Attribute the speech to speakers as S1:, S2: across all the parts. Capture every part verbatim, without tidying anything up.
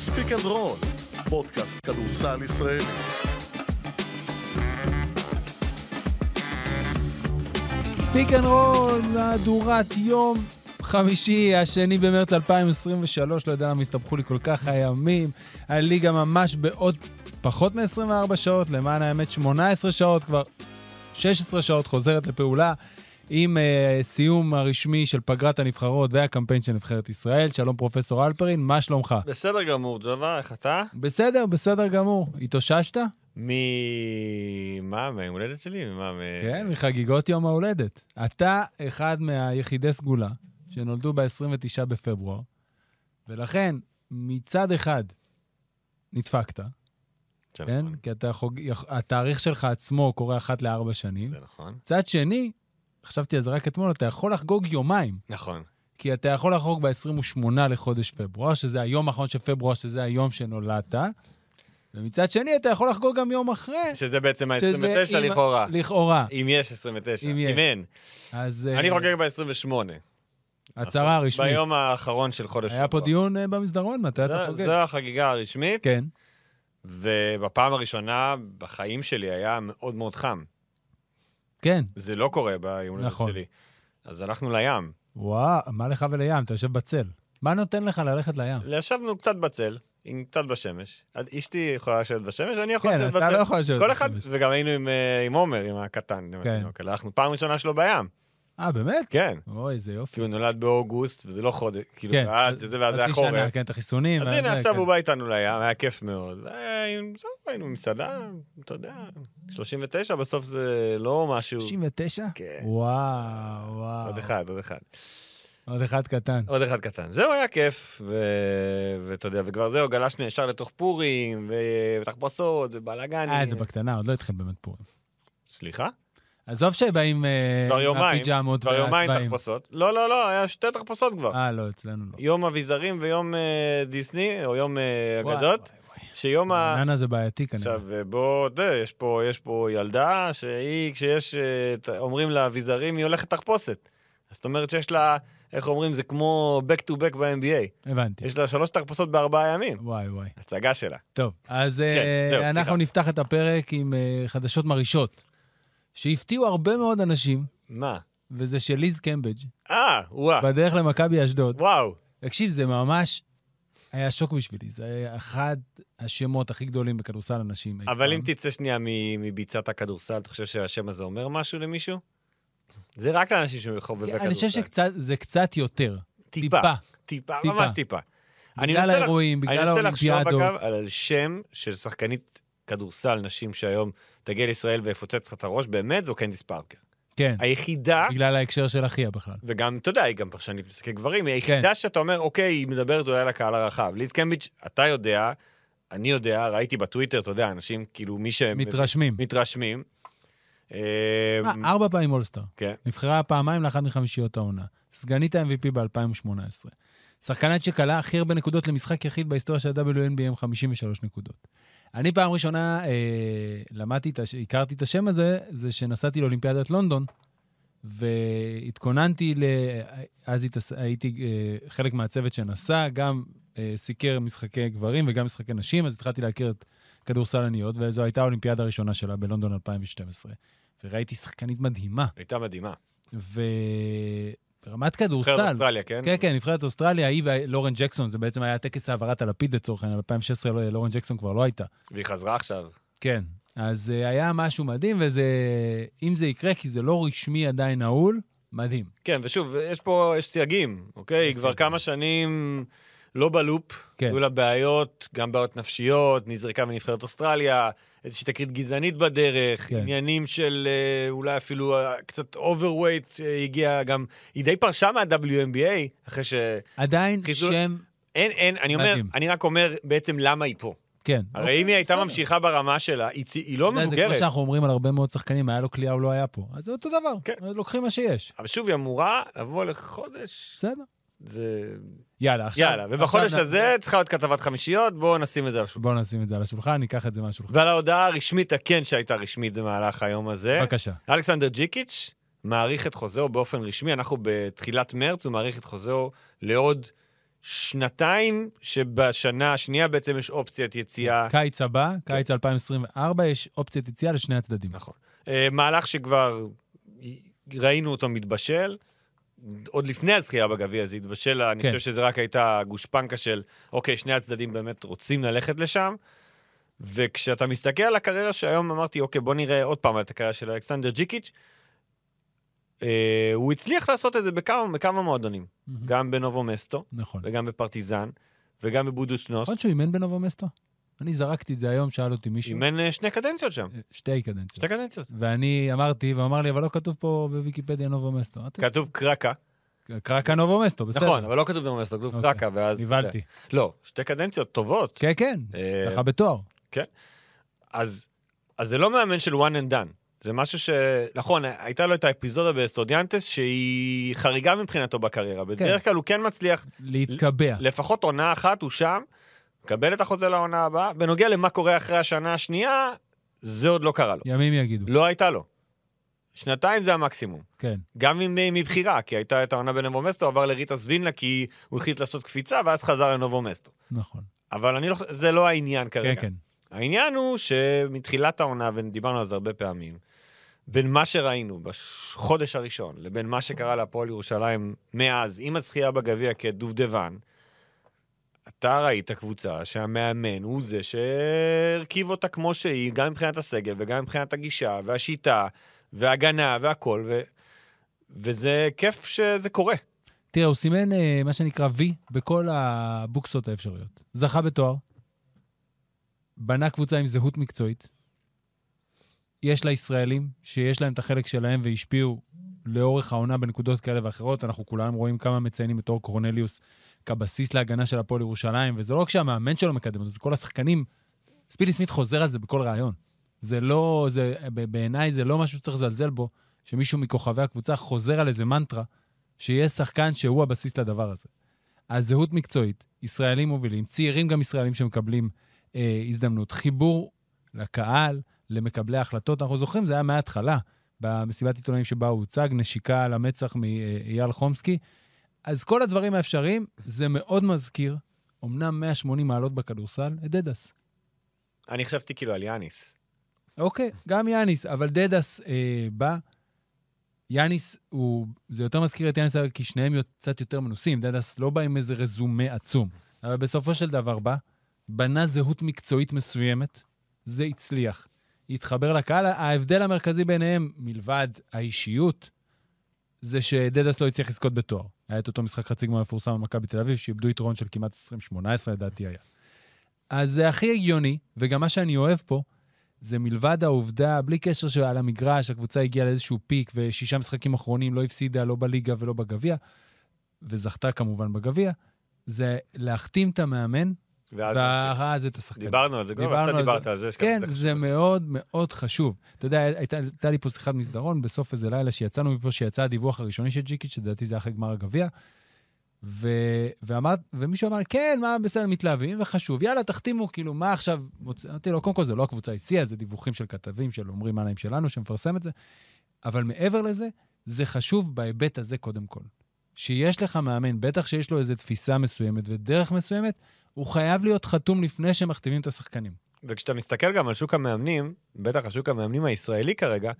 S1: ספיק אנד רול, פודקאסט כדורסל ישראלי.
S2: ספיק אנד רול, מהדורת יום חמישי, השני במרץ אלפיים עשרים ושלוש, לא יודע למה הסתבכו לי כל כך הימים. הליגה ממש בעוד פחות מ-עשרים וארבע שעות, למען האמת שמונה עשרה שעות, כבר שש עשרה שעות חוזרת לפעולה, עם uh, סיום הרשמי של פגרת הנבחרות והקמפיין של נבחרת ישראל. שלום פרופסור אלפרין, מה שלומך?
S3: בסדר גמור, ג'ובה, איך אתה?
S2: בסדר, בסדר גמור. התאוששת?
S3: מ... מה, מההולדת שלי? מה, מ...
S2: כן, מחגיגות יום ההולדת. אתה אחד מהיחידי סגולה שנולדו ב-עשרים ותשעה בפברואר, ולכן מצד אחד נדפקת, כן?
S3: נכון.
S2: כי אתה חוג... התאריך שלך עצמו קורה אחת לארבע שנים.
S3: זה נכון.
S2: צד שני, חשבתי על זה רק אתמול, אתה יכול לחגוג יומיים.
S3: נכון.
S2: כי אתה יכול לחגוג ב-עשרים ושמונה לחודש פברואר, שזה היום האחרון של פברואר, שזה היום שנולדת, ומצד שני אתה יכול לחגוג גם יום אחרי.
S3: שזה בעצם ה-עשרים ותשע לכאורה.
S2: לכאורה.
S3: אם יש עשרים ותשע.
S2: אם
S3: אם
S2: יש.
S3: אין.
S2: אז...
S3: אני חוגג ב-עשרים ושמונה.
S2: הצהרה הרשמית.
S3: ביום האחרון של חודש פברואר.
S2: היה פה דיון במסדרון, מתי אתה חוגג?
S3: זו החגיגה הרשמית.
S2: כן.
S3: ובפעם הראשונה בחיים שלי היה מאוד מאוד חם.
S2: כן.
S3: זה לא קורה ביום הולדת
S2: נכון.
S3: שלי. אז הלכנו לים.
S2: וואו, מה לך ולים? אתה יושב בצל. מה נותן לך ללכת לים?
S3: ישבנו קצת בצל, עם קצת בשמש. אשתי יכולה לשבת בשמש, אני יכול
S2: כן,
S3: לשבת בצל.
S2: אתה לא יכול לשבת
S3: כל אחד,
S2: בשמש.
S3: וגם היינו עם, אה, עם עומר, עם הקטן.
S2: כן.
S3: הלכנו פעם ראשונה שלו בים.
S2: אה, באמת?
S3: כן.
S2: אוי, זה יופי.
S3: כי הוא נולד באוגוסט, וזה לא חודש. כאילו,
S2: כן.
S3: ועד זה, ואז זה
S2: חצי
S3: החורף.
S2: שנה, כן, את החיסונים.
S3: אז
S2: וזה,
S3: הנה, עכשיו
S2: כן.
S3: הוא בא איתנו לים, היה כיף מאוד. זהו, היינו במסעדה, אתה יודע, שלושים ותשע, בסוף זה לא משהו...
S2: שלושים ותשע?
S3: כן.
S2: וואו, וואו.
S3: עוד אחד, עוד אחד.
S2: עוד אחד קטן.
S3: עוד אחד קטן. זהו, היה כיף, ואתה יודע, וכבר זהו, גלשנו ישר לתוך פורים, ותחפושות, ובלגנים.
S2: אה, זה בקטנה, עוד לא התחיל באמת פורים.
S3: סליחה?
S2: עזוב שבאים
S3: כבר יומיים,
S2: הפיג'מות
S3: כבר יומיים
S2: והצבעים.
S3: תחפושות. לא, לא, לא, היה שתי תחפושות כבר.
S2: אה, לא, אצלנו לא.
S3: יום אביזרים ויום אה, דיסני, או יום אה, אגדות, שיום ה...
S2: הענן הזה בעייתי כנראה.
S3: עכשיו, בוא, אתה יודע, יש פה, יש פה ילדה שהיא, כשיש, אה, אומרים לה אביזרים, היא הולכת תחפושת. אז זאת אומרת שיש לה, איך אומרים, זה כמו back to back ב-אן בי איי.
S2: הבנתי.
S3: יש לה שלוש תחפושות בארבעה ימים.
S2: וואי, וואי.
S3: הצגה שלה.
S2: טוב, אז
S3: כן,
S2: אה,
S3: זהו,
S2: אנחנו
S3: סליחה.
S2: נפתח את הפרק עם אה, חדשות מרעישות, שהפתיעו הרבה מאוד אנשים,
S3: מה?
S2: וזה של ליז קמבג'
S3: אה, וואו,
S2: בדרך למכבי אשדוד.
S3: וואו.
S2: תקשיב, זה ממש היה שוק בשבילי. זה היה אחד השמות הכי גדולים בכדורסל אנשים.
S3: אבל אם תצא שנייה מ- מביצת הכדורסל, אתה חושב שהשם הזה אומר משהו למישהו? זה רק לאנשים שחובבי כדורסל.
S2: אני חושב שזה קצת יותר.
S3: טיפה,
S2: טיפה.
S3: טיפה,
S2: טיפה.
S3: ממש טיפה. אני
S2: בגלל
S3: מנסה לח-
S2: האירועים, בגלל
S3: אני מנסה לחשוב,
S2: האולימפיאדות.
S3: אגב, על שם של שחקנית כדורסל נשים שהיום תגיע לישראל ויפוצץ לך את הראש, באמת זו קנדיס פארקר.
S2: כן,
S3: היחידה,
S2: בגלל ההקשר של אחיה בכלל.
S3: וגם, אתה יודע, היא גם פרשנית משחקי גברים, היא היחידה
S2: כן.
S3: שאתה אומר, אוקיי, היא מדברת אולי לקהל הרחב. ליז קמביץ', אתה יודע, אני יודע, ראיתי בטוויטר, אתה יודע, אנשים, כאילו, מי ש...
S2: מתרשמים.
S3: מתרשמים. אה,
S2: אה, ארבע פעמים אולסטאר.
S3: כן.
S2: נבחרה פעמיים לאחת מחמישיות העונה. סגנית ה-אם וי פי ב-אלפיים שמונה עשרה. שחקנית שקלה הכי הרבה נקודות למשחק יחיד בהיסטוריה של ה-דאבליו אן בי איי עם חמישים ושלוש נקודות. אני פעם ראשונה אה, למדתי, את הש... הכרתי את השם הזה, זה שנסעתי לאולימפיאדת לונדון, והתכוננתי, ל... אז התס... הייתי אה, חלק מהצוות שנסע, גם אה, סיקר משחקי גברים וגם משחקי נשים, אז התחלתי להכיר את כדורסלניות, וזו הייתה האולימפיאדה הראשונה שלה בלונדון אלפיים ושתים עשרה. וראיתי שחקנית מדהימה.
S3: הייתה מדהימה.
S2: וברמת כדורסל...
S3: נבחרת אוסטרליה, כן?
S2: כן, כן, נבחרת אוסטרליה, היא ולורן ג'קסון, זה בעצם היה טקס העברת הלפיד לצורך העניין, ב-אלפיים ושש עשרה לורן ג'קסון כבר לא הייתה.
S3: והיא חזרה עכשיו.
S2: כן, אז uh, היה משהו מדהים, וזה, אם זה יקרה, כי זה לא רשמי עדיין נעול, מדהים.
S3: כן, ושוב, יש פה, יש סייגים, אוקיי? היא כבר
S2: סייגים.
S3: כמה שנים לא בלופ,
S2: כן.
S3: היו לה בעיות, גם בעיות נפשיות, נזרקה בנבחרת אוסטרליה, איזושהי תקרית גזענית בדרך,
S2: כן.
S3: עניינים של אה, אולי אפילו אה, קצת אוברווייט, אה, הגיע גם, היא די פרשה מה-דאבליו אן בי איי, אחרי ש...
S2: עדיין
S3: חיזול-
S2: שם,
S3: אין, אין, אני אומר,
S2: מדהים.
S3: אני רק אומר בעצם למה היא פה.
S2: כן.
S3: הרי אם היא הייתה
S2: בסדר.
S3: ממשיכה ברמה שלה, היא, צי- היא לא
S2: אתה יודע, זה כמו
S3: מבוגרת.
S2: שאנחנו אומרים על הרבה מאוד שחקנים, היה לו קליעה, הוא לא היה פה. אז זה אותו דבר,
S3: כן.
S2: לוקחים מה שיש.
S3: אבל שוב, היא אמורה לבוא לחודש.
S2: בסדר.
S3: זה...
S2: יאללה, עכשיו...
S3: יאללה, ובחודש
S2: עכשיו נ-
S3: הזה צריכה להיות כתבת חמישיות, בואו נשים את זה על השולחן.
S2: בואו נשים את זה על השולחן, ניקח את זה מהשולחן.
S3: ועל ההודעה הרשמית, הכן שהייתה רשמית במהלך היום הזה,
S2: בבקשה.
S3: אלכסנדר ג'יקיץ' מעריך את חוזהו באופן רשמי, אנחנו בתחילת מרץ, הוא מעריך את חוזהו לעוד שנתיים שבשנה השנייה בעצם יש אופציית יציאה.
S2: קיץ הבא, קיץ אלפיים עשרים וארבע, יש אופציית יציאה לשני הצדדים.
S3: נכון. מהלך שכבר ראינו אותו מתבשל, עוד לפני הזכייה בגביע זה התבשל, אני חושב שזה רק הייתה גושפנקה של, אוקיי, שני הצדדים באמת רוצים ללכת לשם, וכשאתה מסתכל על הקריירה שהיום אמרתי, אוקיי, בוא נראה עוד פעם את הקריירה של אלכסנדר ג'יקיץ', הוא הצליח לעשות את זה בכמה, בכמה מועדונים. גם בנובו מסטו, וגם בפרטיזן, וגם בבודוצ'נוסק.
S2: עוד שהוא אימן בנובו מסטו? אני זרקתי את זה היום, שאל אותי מישהו.
S3: אימן שני קדנציות שם.
S2: שתי קדנציות.
S3: שתי קדנציות.
S2: ואני אמרתי, ואמר לי, אבל לא כתוב פה בוויקיפדיה נובו מסטו.
S3: כתוב קרקה.
S2: קרקה נובו מסטו, בסדר.
S3: נכון, אבל לא כתוב נובו מסטו, כתוב קרקה, ואז...
S2: נבלתי.
S3: לא, שתי קדנציות טובות.
S2: כן, כן, ככה בתואר.
S3: כן. אז זה לא מאמן של one and done. זה משהו ש... נכון, הייתה לו את האפיזודה באסטודיאנטס, שהיא חריגה מבחינתו בקריירה. בדרך כלל הוא כן מצליח...
S2: להתקבע.
S3: לפחות עונה אחת הוא שם, מקבל את החוזה לעונה הבאה. בנוגע למה קורה אחרי השנה השנייה, זה עוד לא קרה לו.
S2: ימים יגידו.
S3: לא הייתה לו. שנתיים זה המקסימום.
S2: כן.
S3: גם מבחירה, כי הייתה את העונה בנובו מסטו, עבר לריטה סווינלה, כי הוא החליט לעשות קפיצה, ואז חזר לנובו מסטו.
S2: נכון.
S3: אבל אני לא... זה לא העניין כרגע.
S2: כן, כן.
S3: העניין הוא שמתחילת העונה, ודיברנו על זה הרבה פעמים, בין מה שראינו בחודש הראשון, לבין מה שקרה להפועל ירושלים מאז, עם הזכייה בגביע כדובדבן, אתה ראית קבוצה שהמאמן הוא זה שהרכיב אותה כמו שהיא, גם מבחינת הסגל וגם מבחינת הגישה והשיטה וההגנה והכל, ו... וזה כיף שזה קורה.
S2: תראה, הוא סימן מה שנקרא וי בכל הבוקסות האפשריות. זכה בתואר, בנה קבוצה עם זהות מקצועית, יש לה ישראלים שיש להם את החלק שלהם והשפיעו לאורך העונה בנקודות כאלה ואחרות. אנחנו כולנו רואים כמה מציינים בתור קורנליוס כבסיס להגנה של הפועל ירושלים, וזה לא רק שהמאמן שלו מקדם, זה כל השחקנים. ספילי סמית חוזר על זה בכל רעיון. זה לא, זה, בעיניי זה לא משהו שצריך לזלזל בו, שמישהו מכוכבי הקבוצה חוזר על איזה מנטרה, שיש שחקן שהוא הבסיס לדבר הזה. הזהות מקצועית, ישראלים מובילים, צעירים גם ישראלים שמקבלים אה, הזדמנות, חיבור לקהל, למקבלי ההחלטות. אנחנו זוכרים, זה היה מההתחלה, במסיבת עיתונאים שבה הוא הוצג, נשיקה על המצח מאייל חומסקי. אז כל הדברים האפשריים, זה מאוד מזכיר, אמנם מאה ושמונים מעלות בכדורסל, את דדס.
S3: אני חשבתי כאילו על יאניס.
S2: אוקיי, גם יאניס, אבל דדס אה, בא, יאניס הוא, זה יותר מזכיר את יאניס, כי שניהם קצת יותר מנוסים, דדס לא בא עם איזה רזומה עצום, אבל בסופו של דבר בא, בנה זהות מקצועית מסוימת, זה הצליח. התחבר לקהל, ההבדל המרכזי ביניהם, מלבד האישיות, זה שדדס לא הצליח לזכות בתואר. היה את אותו משחק חצי גמר מפורסם במכבי בתל אביב, שאיבדו יתרון של כמעט עשרים שמונה עשרה, לדעתי היה. אז זה הכי הגיוני, וגם מה שאני אוהב פה, זה מלבד העובדה, בלי קשר שעל המגרש, הקבוצה הגיעה לאיזשהו פיק, ושישה משחקים אחרונים לא הפסידה, לא בליגה ולא בגביע, וזכתה כמובן בגביע, זה להחתים את המאמן, ואז את השחקנים.
S3: דיברנו על זה, גם אתה דיברת על זה.
S2: כן, זה מאוד מאוד חשוב. אתה יודע, הייתה לי פה שיחת מסדרון, בסוף איזה לילה שיצאנו מפה, שיצא הדיווח הראשוני של ג'יקיץ', שדעתי זה אחרי גמר הגביע, ומישהו אמר, כן, מה בסדר, מתלהבים, וחשוב, יאללה, תחתימו, כאילו, מה עכשיו, אמרתי לו, קודם כל, זה לא הקבוצה הציעה, זה דיווחים של כתבים, של אומרים עליהם שלנו, שמפרסם את זה, אבל מעבר לזה, זה חשוב בהיבט הזה קודם כל. שיש לך מאמן, בטח שיש לו איזו תפיסה מסוימת ודרך מסוימת, הוא חייב להיות חתום לפני שמכתיבים את השחקנים.
S3: וכשאתה מסתכל גם על שוק המאמנים, בטח השוק המאמנים הישראלי כרגע,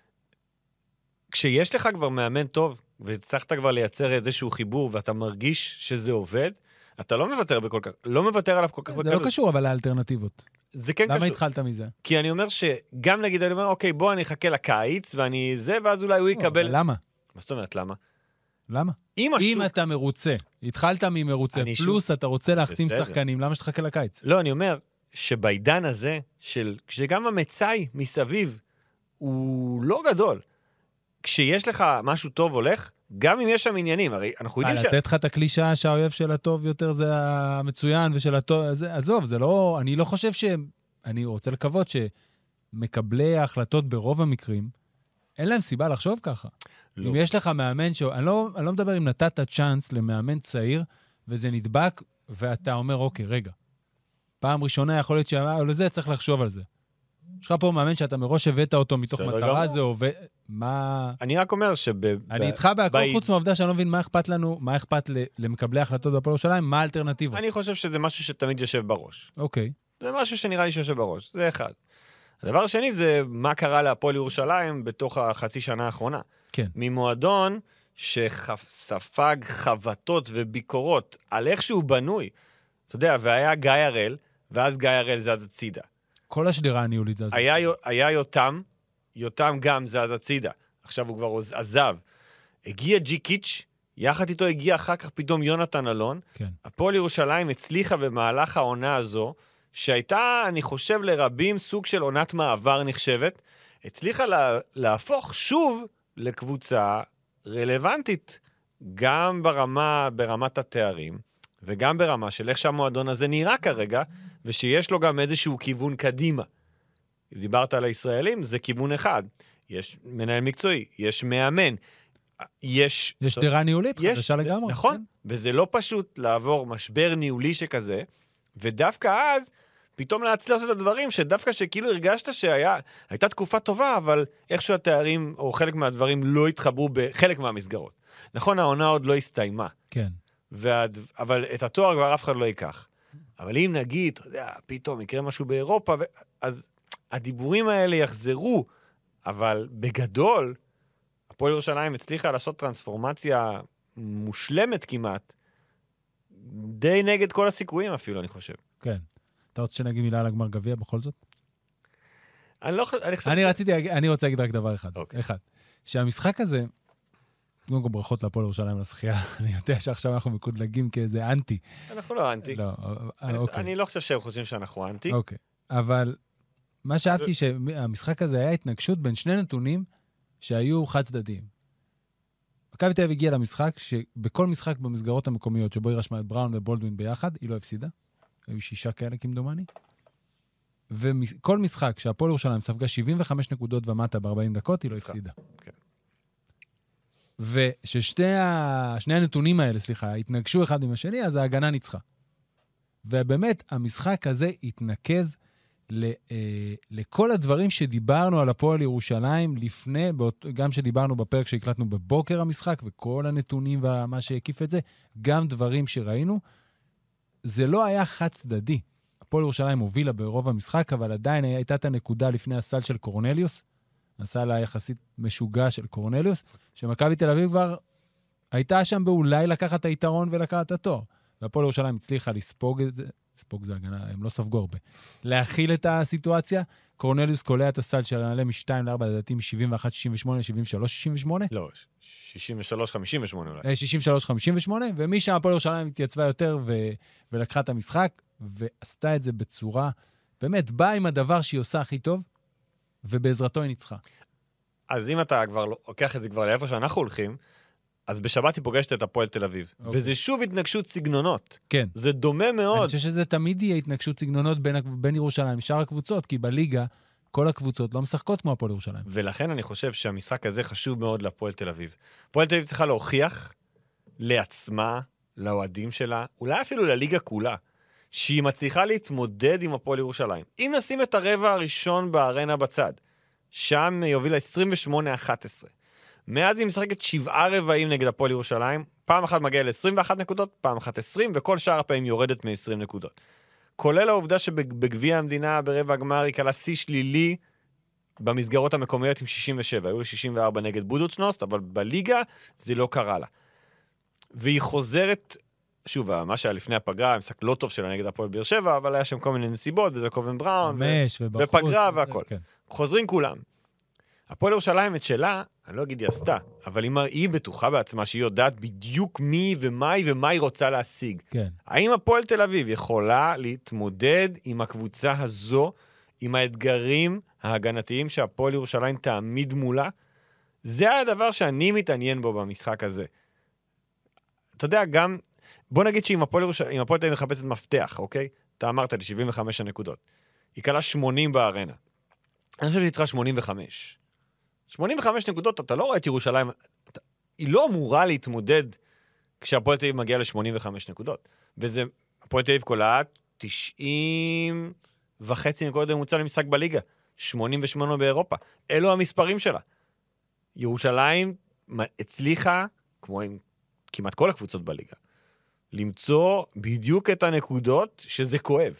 S3: כשיש לך כבר מאמן טוב, והצלחת כבר לייצר איזשהו חיבור, ואתה מרגיש שזה עובד, אתה לא מוותר בכל כך, לא מוותר עליו כל כך בקלות.
S2: זה לא קשור, אבל האלטרנטיבות.
S3: זה כן קשור.
S2: למה התחלת מזה?
S3: כי אני אומר שגם נגיד, אני אומר, אוקיי, בוא אני אחכה לקיץ, ואני זה, ואז אולי הוא יקבל...
S2: למה?
S3: מה זאת אומרת, למה?
S2: למה?
S3: אם השוק...
S2: אם אתה מרוצה, התחלת ממרוצה, פלוס אתה רוצה להחתים שחקנים, למה שתחכה לקיץ?
S3: לא, אני אומר שבעידן הזה, של... שגם המצאי מסביב הוא לא גדול, כשיש לך משהו טוב הולך, גם אם יש שם עניינים, הרי אנחנו יודעים ש...
S2: לתת לך את הקלישה שהאויב של הטוב יותר זה המצוין, ושל הטוב, זה, עזוב, זה לא, אני לא חושב ש... אני רוצה לקוות שמקבלי ההחלטות ברוב המקרים, אין להם סיבה לחשוב ככה. לא. אם יש לך מאמן ש... אני לא, אני לא מדבר אם נתת צ'אנס למאמן צעיר, וזה נדבק, ואתה אומר, אוקיי, רגע. פעם ראשונה יכול להיות שלזה צריך לחשוב על זה. יש לך פה מאמן שאתה מראש הבאת אותו מתוך
S3: בסדר
S2: מטרה,
S3: גמור.
S2: זה עובד... מה...
S3: אני רק אומר שב...
S2: אני
S3: ב-
S2: איתך בהכל
S3: ב-
S2: חוץ מהעובדה שאני לא מבין מה אכפת לנו, מה אכפת ל- למקבלי ההחלטות בהפועל ירושלים, מה האלטרנטיבה.
S3: אני חושב שזה משהו שתמיד יושב בראש.
S2: אוקיי.
S3: זה משהו שנראה לי שיושב בראש, זה אחד. הדבר השני זה מה קרה להפועל ירושלים בתוך החצי שנה האחרונה.
S2: כן.
S3: ממועדון שספג חבטות וביקורות על איך שהוא בנוי. אתה יודע, והיה גיא הראל, ואז גיא הראל זז הצידה.
S2: כל השדרה הניהולית זה...
S3: היה, היה יותם, יותם גם זז הצידה. עכשיו הוא כבר עזב. הגיע ג'י קיץ', יחד איתו הגיע אחר כך פתאום יונתן אלון.
S2: כן.
S3: הפועל ירושלים הצליחה במהלך העונה הזו, שהייתה, אני חושב, לרבים סוג של עונת מעבר נחשבת, הצליחה לה, להפוך שוב לקבוצה רלוונטית, גם ברמה, ברמת התארים, וגם ברמה של איך שהמועדון הזה נראה כרגע, ושיש לו גם איזשהו כיוון קדימה. אם דיברת על הישראלים, זה כיוון אחד. יש מנהל מקצועי, יש מאמן, יש...
S2: יש שדרה ניהולית
S3: יש,
S2: חדשה
S3: זה,
S2: לגמרי.
S3: נכון,
S2: כן.
S3: וזה לא פשוט לעבור משבר ניהולי שכזה, ודווקא אז, פתאום להצליח לעשות את הדברים, שדווקא שכאילו הרגשת שהייתה תקופה טובה, אבל איכשהו התארים, או חלק מהדברים, לא התחברו בחלק מהמסגרות. נכון, העונה עוד לא הסתיימה.
S2: כן.
S3: והד... אבל את התואר כבר אף אחד לא ייקח. אבל אם נגיד, אתה יודע, פתאום יקרה משהו באירופה, ו... אז הדיבורים האלה יחזרו, אבל בגדול, הפועל ירושלים הצליחה לעשות טרנספורמציה מושלמת כמעט, די נגד כל הסיכויים אפילו, אני חושב.
S2: כן. אתה רוצה שנגיד מילה על הגמר גביע בכל זאת?
S3: אני לא אני חושב...
S2: אני רציתי, אני רוצה להגיד רק דבר אחד.
S3: אוקיי.
S2: אחד. שהמשחק הזה, קודם כל ברכות להפועל ירושלים לשחייה, אני יודע שעכשיו אנחנו מקודלגים כאיזה אנטי.
S3: אנחנו לא אנטי.
S2: לא,
S3: אני,
S2: אוקיי.
S3: אני לא חושב שהם חושבים שאנחנו אנטי.
S2: אוקיי. אבל מה שאהבתי שהמשחק הזה היה התנגשות בין שני נתונים שהיו חד צדדיים. מכבי תל אביב הגיעה למשחק שבכל משחק במסגרות המקומיות שבו היא רשמה את בראון ובולדווין ביחד, היא לא הפסידה. היו שישה כאלה כמדומני. וכל משחק שהפועל ירושלים ספגה שבעים וחמש נקודות ומטה ב-ארבעים דקות, היא לא הפסידה.
S3: כן.
S2: וששתי ה... שני הנתונים האלה, סליחה, התנגשו אחד עם השני, אז ההגנה ניצחה. ובאמת, המשחק הזה התנקז ל, אה, לכל הדברים שדיברנו על הפועל ירושלים לפני, באות, גם שדיברנו בפרק שהקלטנו בבוקר המשחק, וכל הנתונים ומה שהקיף את זה, גם דברים שראינו, זה לא היה חד צדדי. הפועל ירושלים הובילה ברוב המשחק, אבל עדיין הייתה את הנקודה לפני הסל של קורנליוס, הסל היחסית משוגע של קורנליוס, שמכבי תל אביב כבר הייתה שם באולי לקחת את היתרון ולקחת את התואר. והפועל ירושלים הצליחה לספוג את זה, לספוג זה הגנה, הם לא ספגו הרבה, להכיל את הסיטואציה. קורנליוס קולע את הסל של הנעלה מ-שתיים לארבע, לדעתי מ-שבעים ואחת שישים ושמונה, שבעים ושלוש שישים ושמונה.
S3: לא, שישים ושלוש חמישים ושמונה אולי.
S2: שישים ושלוש חמישים ושמונה, ומשם הפועל ירושלים התייצבה יותר ו... ולקחה את המשחק, ועשתה את זה בצורה, באמת, באה עם הדבר שהיא עושה הכי טוב, ובעזרתו היא ניצחה.
S3: אז אם אתה כבר לוקח את זה כבר לאיפה שאנחנו הולכים, אז בשבת היא פוגשת את הפועל תל אביב.
S2: אוקיי.
S3: וזה שוב התנגשות סגנונות.
S2: כן.
S3: זה דומה מאוד.
S2: אני חושב שזה תמיד יהיה התנגשות סגנונות בין, בין ירושלים, שאר הקבוצות, כי בליגה כל הקבוצות לא משחקות כמו הפועל ירושלים.
S3: ולכן אני חושב שהמשחק הזה חשוב מאוד לפועל תל אביב. הפועל תל אביב צריכה להוכיח לעצמה, לאוהדים שלה, אולי אפילו לליגה כולה, שהיא מצליחה להתמודד עם הפועל ירושלים. אם נשים את הרבע הראשון בארנה בצד, שם היא הובילה עשרים ושמונה אחת עשרה. מאז היא משחקת שבעה רבעים נגד הפועל ירושלים, פעם אחת מגיעה ל-עשרים ואחת נקודות, פעם אחת עשרים, וכל שאר הפעמים יורדת מ-עשרים נקודות. כולל העובדה שבגביע המדינה ברבע הגמר היא קלה שיא שלילי במסגרות המקומיות עם שישים ושבע, היו לה שישים וארבע נגד בודוצ'נוסט, אבל בליגה זה לא קרה לה. והיא חוזרת, שוב, מה שהיה לפני הפגרה, המשחק לא טוב שלה נגד הפועל באר שבע, אבל היה שם כל מיני נסיבות, וזה קובן בראון, ו... ופגרה והכל. כן. חוזרים כולם. הפועל ירושלים את שלה, אני לא אגיד היא עשתה, אבל היא, היא בטוחה בעצמה שהיא יודעת בדיוק מי ומה היא ומה היא רוצה להשיג.
S2: כן.
S3: האם הפועל תל אביב יכולה להתמודד עם הקבוצה הזו, עם האתגרים ההגנתיים שהפועל ירושלים תעמיד מולה? זה הדבר שאני מתעניין בו במשחק הזה. אתה יודע, גם, בוא נגיד שאם הפועל ירושלים, אם הפועל תל אביב מחפשת מפתח, אוקיי? אתה אמרת לי שבעים וחמש הנקודות. היא קלה שמונים בארנה. אני חושב שהיא צריכה שמונים וחמש. שמונים וחמש נקודות, אתה לא רואה את ירושלים, אתה, היא לא אמורה להתמודד כשהפועל תל אביב מגיע ל-שמונים וחמש נקודות. וזה, הפועל תל אביב קולעת תשעים וחצי נקודות בממוצע למשחק בליגה. שמונים ושמונה באירופה. אלו המספרים שלה. ירושלים הצליחה, כמו עם כמעט כל הקבוצות בליגה, למצוא בדיוק את הנקודות שזה כואב.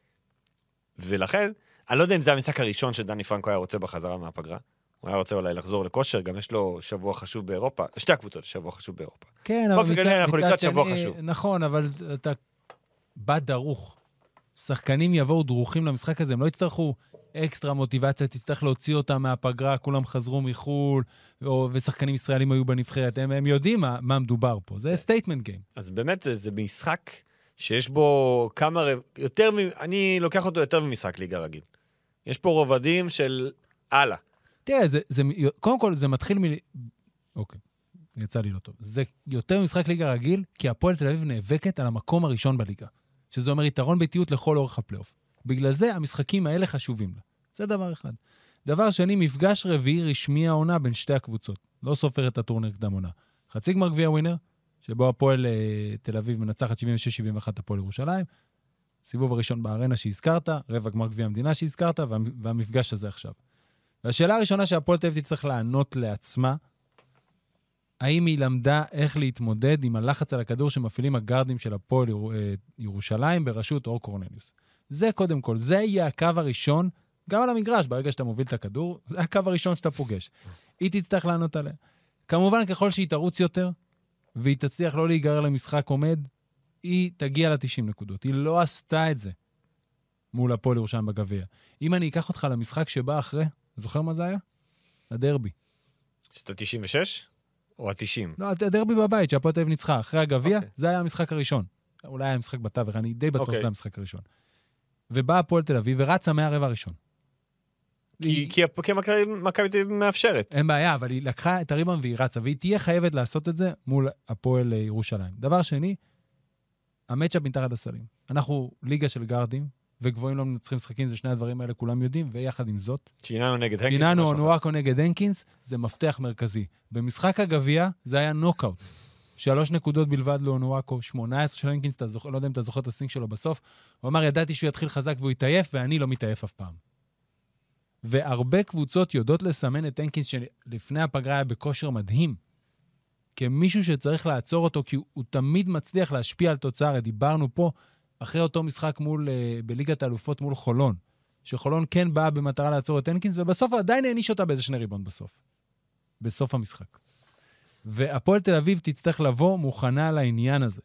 S3: ולכן, אני לא יודע אם זה המשחק הראשון שדני פרנקו היה רוצה בחזרה מהפגרה. הוא היה רוצה אולי לחזור לכושר, גם יש לו שבוע חשוב באירופה. שתי הקבוצות, שבוע חשוב באירופה.
S2: כן, אבל
S3: מצד, אנחנו לקראת שבוע חשוב.
S2: נכון, אבל אתה בא דרוך. שחקנים יבואו דרוכים למשחק הזה, הם לא יצטרכו אקסטרה מוטיבציה, תצטרך להוציא אותם מהפגרה, כולם חזרו מחול, ושחקנים ישראלים היו בנבחרת, הם, הם יודעים מה, מה מדובר פה. זה סטייטמנט גיים.
S3: אז באמת זה משחק שיש בו כמה, יותר, אני לוקח אותו יותר ממשחק ליגה רגיל. יש פה רובדים של הלאה.
S2: תראה, זה, זה, קודם כל זה מתחיל מ... אוקיי, יצא לי לא טוב. זה יותר ממשחק ליגה רגיל, כי הפועל תל אביב נאבקת על המקום הראשון בליגה. שזה אומר יתרון ביתיות לכל אורך הפלייאוף. בגלל זה המשחקים האלה חשובים לה. זה דבר אחד. דבר שני, מפגש רביעי רשמי העונה בין שתי הקבוצות. לא סופר את הטורניר קדם עונה. חצי גמר גביע ווינר, שבו הפועל תל אביב מנצחת שבעים ושש שבעים ואחת הפועל ירושלים, סיבוב הראשון בארנה שהזכרת, רבע גמר גביע המדינה שהזכרת, וה, והמפגש הזה עכשיו. והשאלה הראשונה שהפועל תל אביב תצטרך לענות לעצמה, האם היא למדה איך להתמודד עם הלחץ על הכדור שמפעילים הגארדים של הפועל ירושלים בראשות אור קורנליוס. זה קודם כל, זה יהיה הקו הראשון, גם על המגרש, ברגע שאתה מוביל את הכדור, זה הקו הראשון שאתה פוגש. היא תצטרך לענות עליה. כמובן, ככל שהיא תרוץ יותר, והיא תצליח לא להיגרר למשחק עומד, היא תגיע ל-תשעים נקודות. היא לא עשתה את זה מול הפועל ירושלים בגביע. אם אני אקח אותך למשחק שבא אחרי, זוכר מה זה היה? הדרבי.
S3: שזה תשעים ושש? או ה-תשעים?
S2: לא, הדרבי בבית, שהפועל תל אביב ניצחה. אחרי הגביע, okay. זה היה המשחק הראשון. אולי היה המשחק בתווך, אני די בטוח okay. זה היה המשחק הראשון. ובא הפועל תל אביב ורצה מהרבע הראשון.
S3: כי, היא... כי מכבי תל אביב מאפשרת.
S2: אין בעיה, אבל היא לקחה את הריבון והיא רצה, והיא תהיה חייבת לעשות את זה מול הפועל ירושלים. דבר שני, המאצ'אפ מתחת לסלים. אנחנו ליגה של גארדים, וגבוהים לא מנצחים משחקים, זה שני הדברים האלה כולם יודעים, ויחד עם זאת,
S3: שיננו נגד הנקינס.
S2: שיננו אונואקו נגד הנקינס, זה מפתח מרכזי. במשחק הגביע, זה היה נוקאוט. שלוש נקודות בלבד לאונואקו, שמונה עשרה של הנקינס, זוכ... לא יודע אם אתה זוכר את הסינק שלו בסוף, הוא אמר, ידעתי שהוא יתחיל חזק והוא יתעייף, ואני לא מתעייף אף פעם. והרבה קבוצות יודעות לסמן את הנקינס שלפני הפגרה היה בכושר מדהים, כמישהו שצריך לעצור אותו, כי הוא, הוא תמיד מצליח להשפיע על תוצאה. דיברנו פה אחרי אותו משחק מול, uh, בליגת האלופות מול חולון, שחולון כן באה במטרה לעצור את הנקינס, ובסוף עדיין העניש אותה באיזה שני ריבון בסוף. בסוף המשחק. והפועל תל אביב תצטרך לבוא מוכנה לעניין הזה.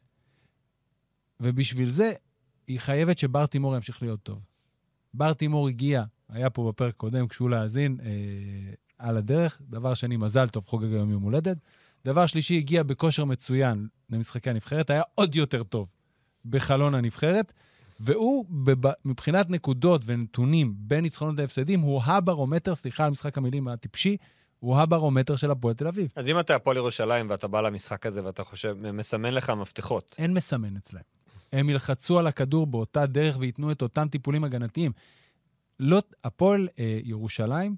S2: ובשביל זה, היא חייבת שבר תימור ימשיך להיות טוב. בר תימור הגיע, היה פה בפרק קודם, כשהוא להאזין אה, על הדרך. דבר שני, מזל טוב, חוגג היום יום הולדת. דבר שלישי, הגיע בכושר מצוין למשחקי הנבחרת, היה עוד יותר טוב בחלון הנבחרת, והוא, מבחינת נקודות ונתונים בין ניצחונות ההפסדים, הוא הברומטר, סליחה על משחק המילים הטיפשי, הוא הברומטר של הפועל תל אביב.
S3: אז אם אתה הפועל ירושלים ואתה בא למשחק הזה ואתה חושב, מסמן לך מפתחות.
S2: אין מסמן אצלהם. הם ילחצו על הכדור באותה דרך ויתנו את אותם טיפולים הגנתיים. לא, הפועל אה, ירושלים,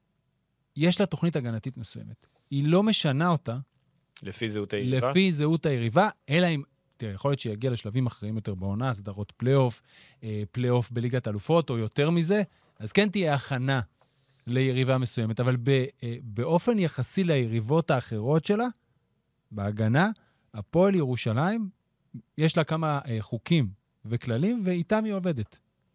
S2: יש לה תוכנית הגנתית מסוימת. היא לא משנה אותה.
S3: לפי זהות היריבה?
S2: לפי זהות היריבה, אלא אם, תראה, יכול להיות שיגיע לשלבים אחרים יותר בעונה, סדרות פלייאוף, אה, פלייאוף בליגת אלופות או יותר מזה, אז כן תהיה הכנה ליריבה מסוימת, אבל ב, באופן יחסי ליריבות האחרות שלה, בהגנה, הפועל ירושלים, יש לה כמה חוקים וכללים, ואיתם היא עובדת.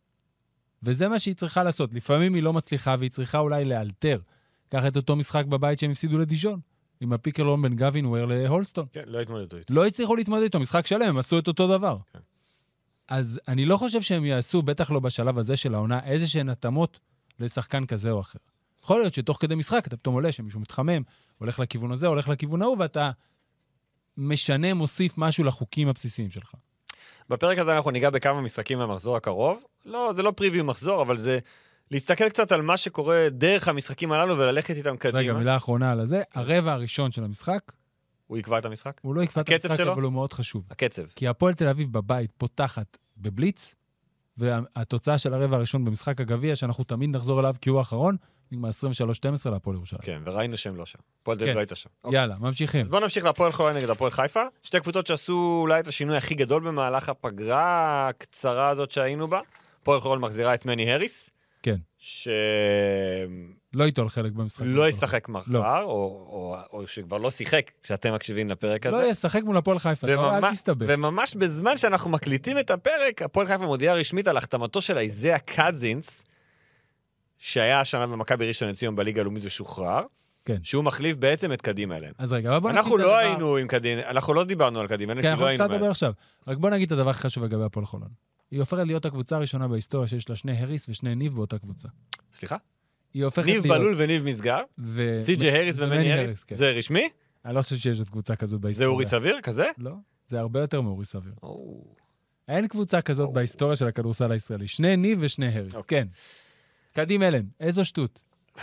S2: וזה מה שהיא צריכה לעשות. לפעמים היא לא מצליחה, והיא צריכה אולי לאלתר. קח את אותו משחק בבית שהם הפסידו לדיז'ון, עם הפיקרלון בין גווינוור להולסטון.
S3: כן, לא התמודדו איתו.
S2: לא הצליחו להתמודד איתו, משחק שלם, הם עשו את אותו דבר.
S3: כן.
S2: אז אני לא חושב שהם יעשו, בטח לא בשלב הזה של העונה, איזה שהן התאמות לשחקן כזה או אחר. יכול להיות שתוך כדי משחק אתה פתאום עולה שמישהו מתחמם, הולך לכיוון הזה, הולך לכיוון ההוא, ואתה משנה, מוסיף משהו לחוקים הבסיסיים שלך.
S3: בפרק הזה אנחנו ניגע בכמה משחקים במחזור הקרוב. לא, זה לא פריוויו מחזור, אבל זה להסתכל קצת על מה שקורה דרך המשחקים הללו וללכת איתם קדימה.
S2: רגע, מילה האחרונה על הזה. הרבע הראשון של המשחק,
S3: הוא יקבע את המשחק?
S2: הוא לא יקבע את המשחק, אבל הוא מאוד חשוב.
S3: הקצב.
S2: כי הפועל תל אביב בבית פותחת בבליץ, והתוצאה של הרבע הראשון במשחק הגביע, שאנחנו תמיד נחזור אליו כי הוא האחרון, נגמר עשרים ושלוש שתים עשרה להפועל ירושלים.
S3: כן, וראינו שהם לא שם. הפועל תל אביב לא הייתה שם.
S2: יאללה, ממשיכים.
S3: אז בואו נמשיך להפועל חולון נגד הפועל חיפה. שתי קבוצות שעשו אולי את השינוי הכי גדול במהלך הפגרה הקצרה הזאת שהיינו בה. הפועל חולון מחזירה את מני הריס,
S2: כן.
S3: ש...
S2: לא ייטול חלק במשחק.
S3: לא ישחק מחר,
S2: לא.
S3: או, או, או שכבר לא שיחק כשאתם מקשיבים לפרק הזה.
S2: לא ישחק מול הפועל חיפה, לא, אל תסתבך.
S3: וממש בזמן שאנחנו מקליטים את הפרק, הפועל חיפה מודיעה רשמית על החתמתו של איזיה קזינס, שהיה השנה במכבי ראשון לציון בליגה הלאומית ושוחרר,
S2: כן.
S3: שהוא מחליף בעצם את קדימה אליהם.
S2: אז רגע, בוא נגיד
S3: אנחנו לא היינו עם קדימה, אנחנו לא דיברנו על קדימה,
S2: כן,
S3: אנחנו לא היינו
S2: אנחנו לדבר עכשיו. רק בוא נגיד את הדבר הכי חשוב לגבי הפועל חולון. היא הופכת להיות הקבוצה הראשונה בהיסטוריה שיש לה שני הריס ושני ניב באותה קבוצה.
S3: סליחה?
S2: היא הופכת
S3: ניב
S2: להיות...
S3: בלול וניב מסגר?
S2: ו...
S3: סי.ג'יי הריס ומני הריס?
S2: כן.
S3: זה רשמי?
S2: אני לא חושב שיש עוד קבוצה כזאת
S3: זה
S2: בהיסטוריה.
S3: אורי סביר? כזה?
S2: לא, זה הרבה יותר מאורי סביר.
S3: או...
S2: אין קבוצה כזאת בהיסטוריה של הכדורסל הישראלי. שני ניב ושני הריס, כן. קדים אלן, איזו שטות.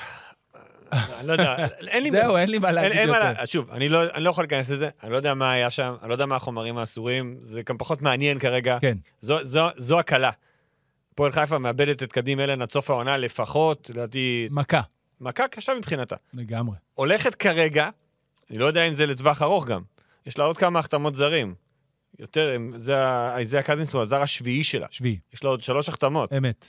S3: אני לא יודע, אין לי...
S2: זהו, אין לי מה להגיד יותר.
S3: שוב, אני לא יכול להיכנס לזה, אני לא יודע מה היה שם, אני לא יודע מה החומרים האסורים, זה גם פחות מעניין כרגע.
S2: כן.
S3: זו הקלה. פועל חיפה מאבדת את קדים אלן עד סוף העונה לפחות, לדעתי...
S2: מכה.
S3: מכה קשה מבחינתה.
S2: לגמרי.
S3: הולכת כרגע, אני לא יודע אם זה לטווח ארוך גם, יש לה עוד כמה החתמות זרים. יותר, זה הקזינס הוא הזר השביעי שלה.
S2: שביעי.
S3: יש לה עוד שלוש החתמות.
S2: אמת.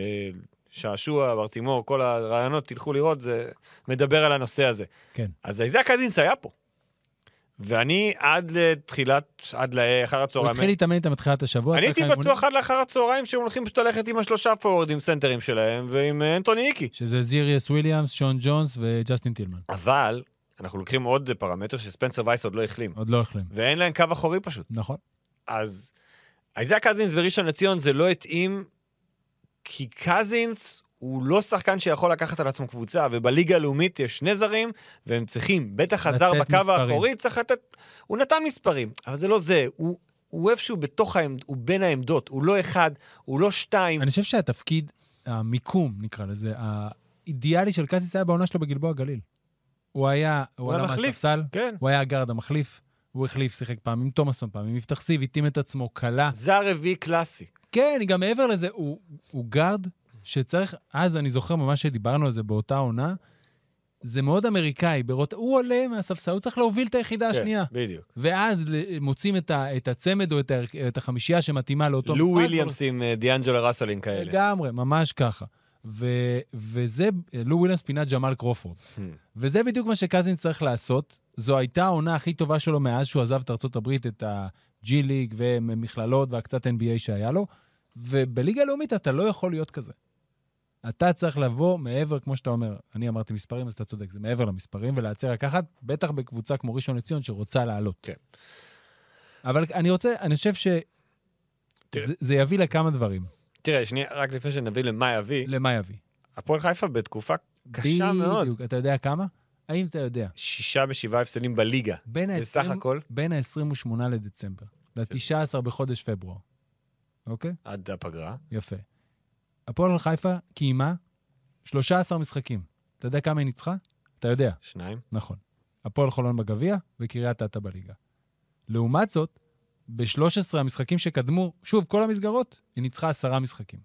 S3: שעשוע, ברטימור, כל הרעיונות, תלכו לראות, זה מדבר על הנושא הזה.
S2: כן.
S3: אז איזה הקזינס היה פה. ואני עד לתחילת, עד לאחר הצהריים...
S2: הוא התחיל להתאמן איתם בתחילת השבוע.
S3: אני הייתי בטוח עד לאחר הצהריים שהם הולכים פשוט ללכת עם השלושה פורורדים סנטרים שלהם, ועם אנטוני איקי.
S2: שזה זיריוס וויליאמס, שון ג'ונס וג'סטין טילמן.
S3: אבל אנחנו לוקחים עוד פרמטר שספנסר וייס עוד לא החלים.
S2: עוד לא החלים.
S3: ואין להם קו אחורי פשוט.
S2: נכון.
S3: אז איזה קזינס וראשון לציון זה לא התאים, כי קזינס הוא לא שחקן שיכול לקחת על עצמו קבוצה, ובליגה הלאומית יש שני זרים, והם צריכים, בטח הזר בקו האחורי, צריך לתת, הוא נתן מספרים, אבל זה לא זה, הוא, הוא איפשהו בתוך העמד, הוא בין העמדות, הוא לא אחד, הוא לא שתיים.
S2: אני חושב שהתפקיד, המיקום נקרא לזה, האידיאלי של קזינס היה בעונה שלו בגלבוע גליל. הוא היה, הוא עלה מהספסל,
S3: כן.
S2: הוא היה הגארד המחליף, הוא החליף, שיחק פעם עם תומאסון, פעם עם יפתח סיב, התאים את עצמו, קלה.
S3: זר רביעי קלאסי.
S2: כן, גם מעבר לזה, הוא, הוא גארד שצריך, אז אני זוכר ממש שדיברנו על זה באותה עונה, זה מאוד אמריקאי, ברות, הוא עולה מהספסל, הוא צריך להוביל את היחידה
S3: כן,
S2: השנייה.
S3: בדיוק.
S2: ואז מוצאים את, ה, את הצמד או את, ה, את החמישייה שמתאימה לאותו...
S3: לו וויליאמס עם דיאנג'לו ראסלין כאלה.
S2: לגמרי, ממש ככה. ו, וזה, לו וויליאמס פינה ג'מאל קרופורד. וזה בדיוק מה שקזינס צריך לעשות. זו הייתה העונה הכי טובה שלו מאז שהוא עזב את ארצות הברית, את ה-G ליג ומכללות והקצת אן בי איי שהיה לו. ובליגה הלאומית אתה לא יכול להיות כזה. אתה צריך לבוא מעבר, כמו שאתה אומר, אני אמרתי מספרים, אז אתה צודק, זה מעבר למספרים, ולהצר לקחת, בטח בקבוצה כמו ראשון לציון, שרוצה לעלות.
S3: כן.
S2: אבל אני רוצה, אני חושב שזה יביא לכמה דברים.
S3: תראה, שנייה, רק לפני שנביא למה יביא.
S2: למה יביא?
S3: הפועל חיפה בתקופה קשה מאוד.
S2: בדיוק, אתה יודע כמה? האם אתה יודע?
S3: שישה ושבעה הפסדים בליגה. זה סך הכל?
S2: בין ה-עשרים ושמונה לדצמבר, ל-תשעה עשר בחודש פברואר. אוקיי?
S3: עד הפגרה.
S2: יפה. הפועל חיפה קיימה שלושה עשר משחקים. אתה יודע כמה היא ניצחה? אתה יודע.
S3: שניים.
S2: נכון. הפועל חולון בגביע וקריית אתא בליגה. לעומת זאת, ב-שלושה עשר המשחקים שקדמו, שוב, כל המסגרות, היא ניצחה עשרה משחקים.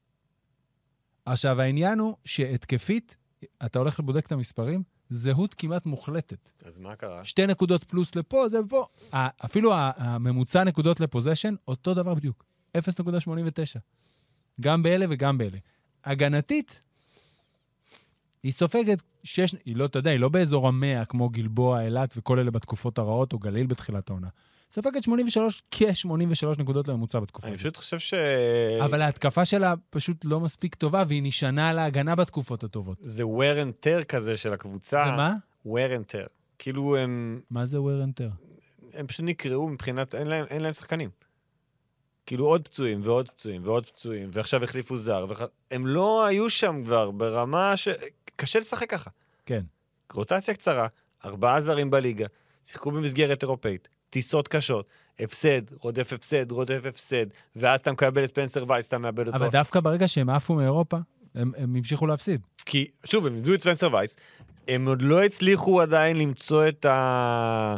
S2: עכשיו, העניין הוא שהתקפית, אתה הולך לבודק את המספרים, זהות כמעט מוחלטת.
S3: אז מה קרה?
S2: שתי נקודות פלוס לפה, זה פה. אפילו הממוצע נקודות לפוזשן, אותו דבר בדיוק. אפס נקודה שמונים ותשע. גם באלה וגם באלה. הגנתית, היא סופגת שש, היא לא, אתה יודע, היא לא באזור המאה, כמו גלבוע, אילת וכל אלה בתקופות הרעות, או גליל בתחילת העונה. סופגת שמונים ושלוש, כ-שמונים ושלוש נקודות לממוצע בתקופה.
S3: אני פשוט חושב ש...
S2: אבל ההתקפה שלה פשוט לא מספיק טובה, והיא נשענה על ההגנה בתקופות הטובות.
S3: זה wear and tear כזה של הקבוצה.
S2: זה מה?
S3: wear and tear. כאילו הם...
S2: מה זה wear and tear?
S3: הם פשוט נקראו מבחינת, אין להם, אין להם שחקנים. כאילו עוד פצועים ועוד פצועים ועוד פצועים, ועכשיו החליפו זר, וח... הם לא היו שם כבר ברמה ש... קשה לשחק ככה.
S2: כן.
S3: רוטציה קצרה, ארבעה זרים בליגה, שיחקו במסגרת אירופאית, טיסות קשות, הפסד, רודף הפסד, רודף הפסד, ואז אתה מקבל את ספנסר וייס, אתה מאבד אותו.
S2: אבל דווקא ברגע שהם עפו מאירופה, הם, הם המשיכו להפסיד.
S3: כי, שוב, הם עמדו את ספנסר וייס, הם עוד לא הצליחו עדיין למצוא את ה...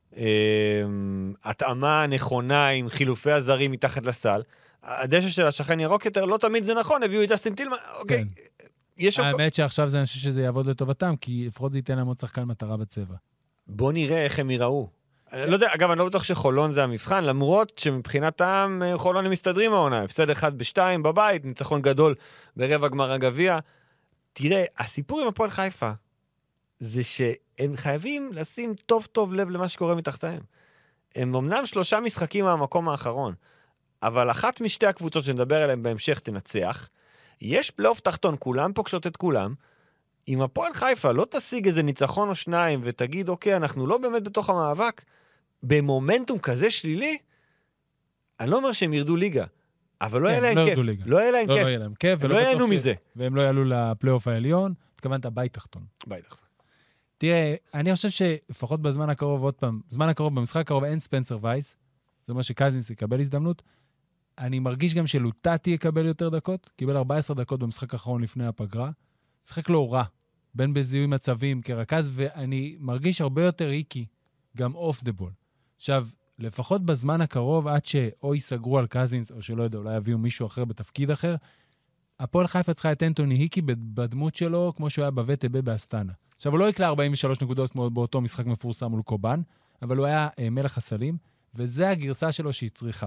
S3: התאמה הנכונה עם חילופי הזרים מתחת לסל. הדשא של השכן ירוק יותר, לא תמיד זה נכון, הביאו את ג'סטין טילמן, אוקיי.
S2: האמת שעכשיו זה אני חושב שזה יעבוד לטובתם, כי לפחות זה ייתן להם עוד שחקן מטרה בצבע.
S3: בוא נראה איך הם יראו. אני לא יודע, אגב, אני לא בטוח שחולון זה המבחן, למרות שמבחינתם חולון הם מסתדרים העונה, הפסד אחד בשתיים בבית, ניצחון גדול ברבע גמר הגביע. תראה, הסיפור עם הפועל חיפה, זה שהם חייבים לשים טוב טוב לב למה שקורה מתחתיהם. הם אמנם שלושה משחקים מהמקום האחרון, אבל אחת משתי הקבוצות שנדבר עליהן בהמשך תנצח, יש פלייאוף תחתון, כולם פוגשות את כולם, אם הפועל חיפה לא תשיג איזה ניצחון או שניים, ותגיד, אוקיי, אנחנו לא באמת בתוך המאבק, במומנטום כזה שלילי, אני לא אומר שהם ירדו ליגה, אבל לא יהיה להם כיף. לא יהיה להם כיף.
S2: לא יהיה להם כיף.
S3: לא ייהנו מזה.
S2: והם לא יעלו לפלייאוף העליון, התכוונת בית תחתון.
S3: בית תחתון.
S2: תראה, אני חושב שלפחות בזמן הקרוב, עוד פעם, בזמן הקרוב, במשחק הקרוב אין ספנסר וייס, זאת אומרת שקזינס יקבל הזדמנות. אני מרגיש גם שלוטטי יקבל יותר דקות, קיבל ארבע עשרה דקות במשחק האחרון לפני הפגרה. משחק לא רע, בין בזיהוי מצבים כרכז, ואני מרגיש הרבה יותר איקי, גם אוף דה בול. עכשיו, לפחות בזמן הקרוב, עד שאו יסגרו על קזינס, או שלא יודע, אולי יביאו מישהו אחר בתפקיד אחר, הפועל חיפה צריכה את אנטוני היקי בדמות שלו, כמו שהוא היה בבית אבה באסטנה. עכשיו, הוא לא יקלה ארבעים ושלוש נקודות כמו באותו משחק מפורסם מול קובן, אבל הוא היה אה, מלך הסלים, וזה הגרסה שלו שהיא צריכה.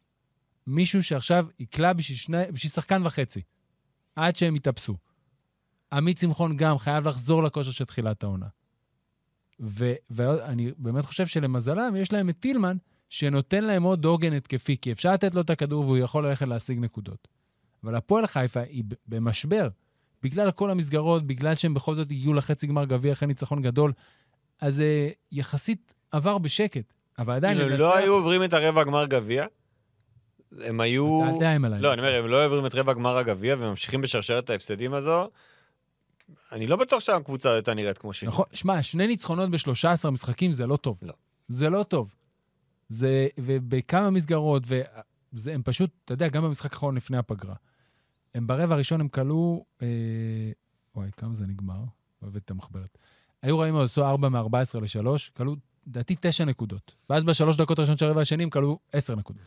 S2: מישהו שעכשיו יקלה בשביל, שני, בשביל שחקן וחצי, עד שהם יתאפסו. עמית שמחון גם חייב לחזור לכושר של תחילת העונה. ו- ואני באמת חושב שלמזלם יש להם את טילמן, שנותן להם עוד עוגן התקפי, כי אפשר לתת לו את הכדור והוא יכול ללכת להשיג נקודות. אבל הפועל חיפה היא במשבר, בגלל כל המסגרות, בגלל שהם בכל זאת הגיעו לחצי גמר גביע אחרי ניצחון גדול, אז יחסית עבר בשקט. אבל עדיין...
S3: אם לא היו עוברים את הרבע גמר גביע, הם היו...
S2: אתה תאיים עליי.
S3: לא, אני אומר, הם לא עוברים את רבע גמר הגביע, וממשיכים בשרשרת ההפסדים הזו, אני לא בטוח שהקבוצה הייתה נראית כמו שהיא.
S2: נכון, שמע, שני ניצחונות ב-שלושה עשר משחקים זה לא טוב.
S3: לא.
S2: זה לא טוב. זה, ובכמה מסגרות, והם פשוט, אתה יודע, גם במשחק האחרון לפני הפגרה. הם ברבע הראשון הם קלו, אה, וואי, כמה זה נגמר? אוהבת את המחברת. היו רעים עשו ארבע מ-ארבע עשרה לשלוש, קלו, דעתי, תשע נקודות. ואז בשלוש דקות הראשונות של הרבע השני הם קלו עשר נקודות.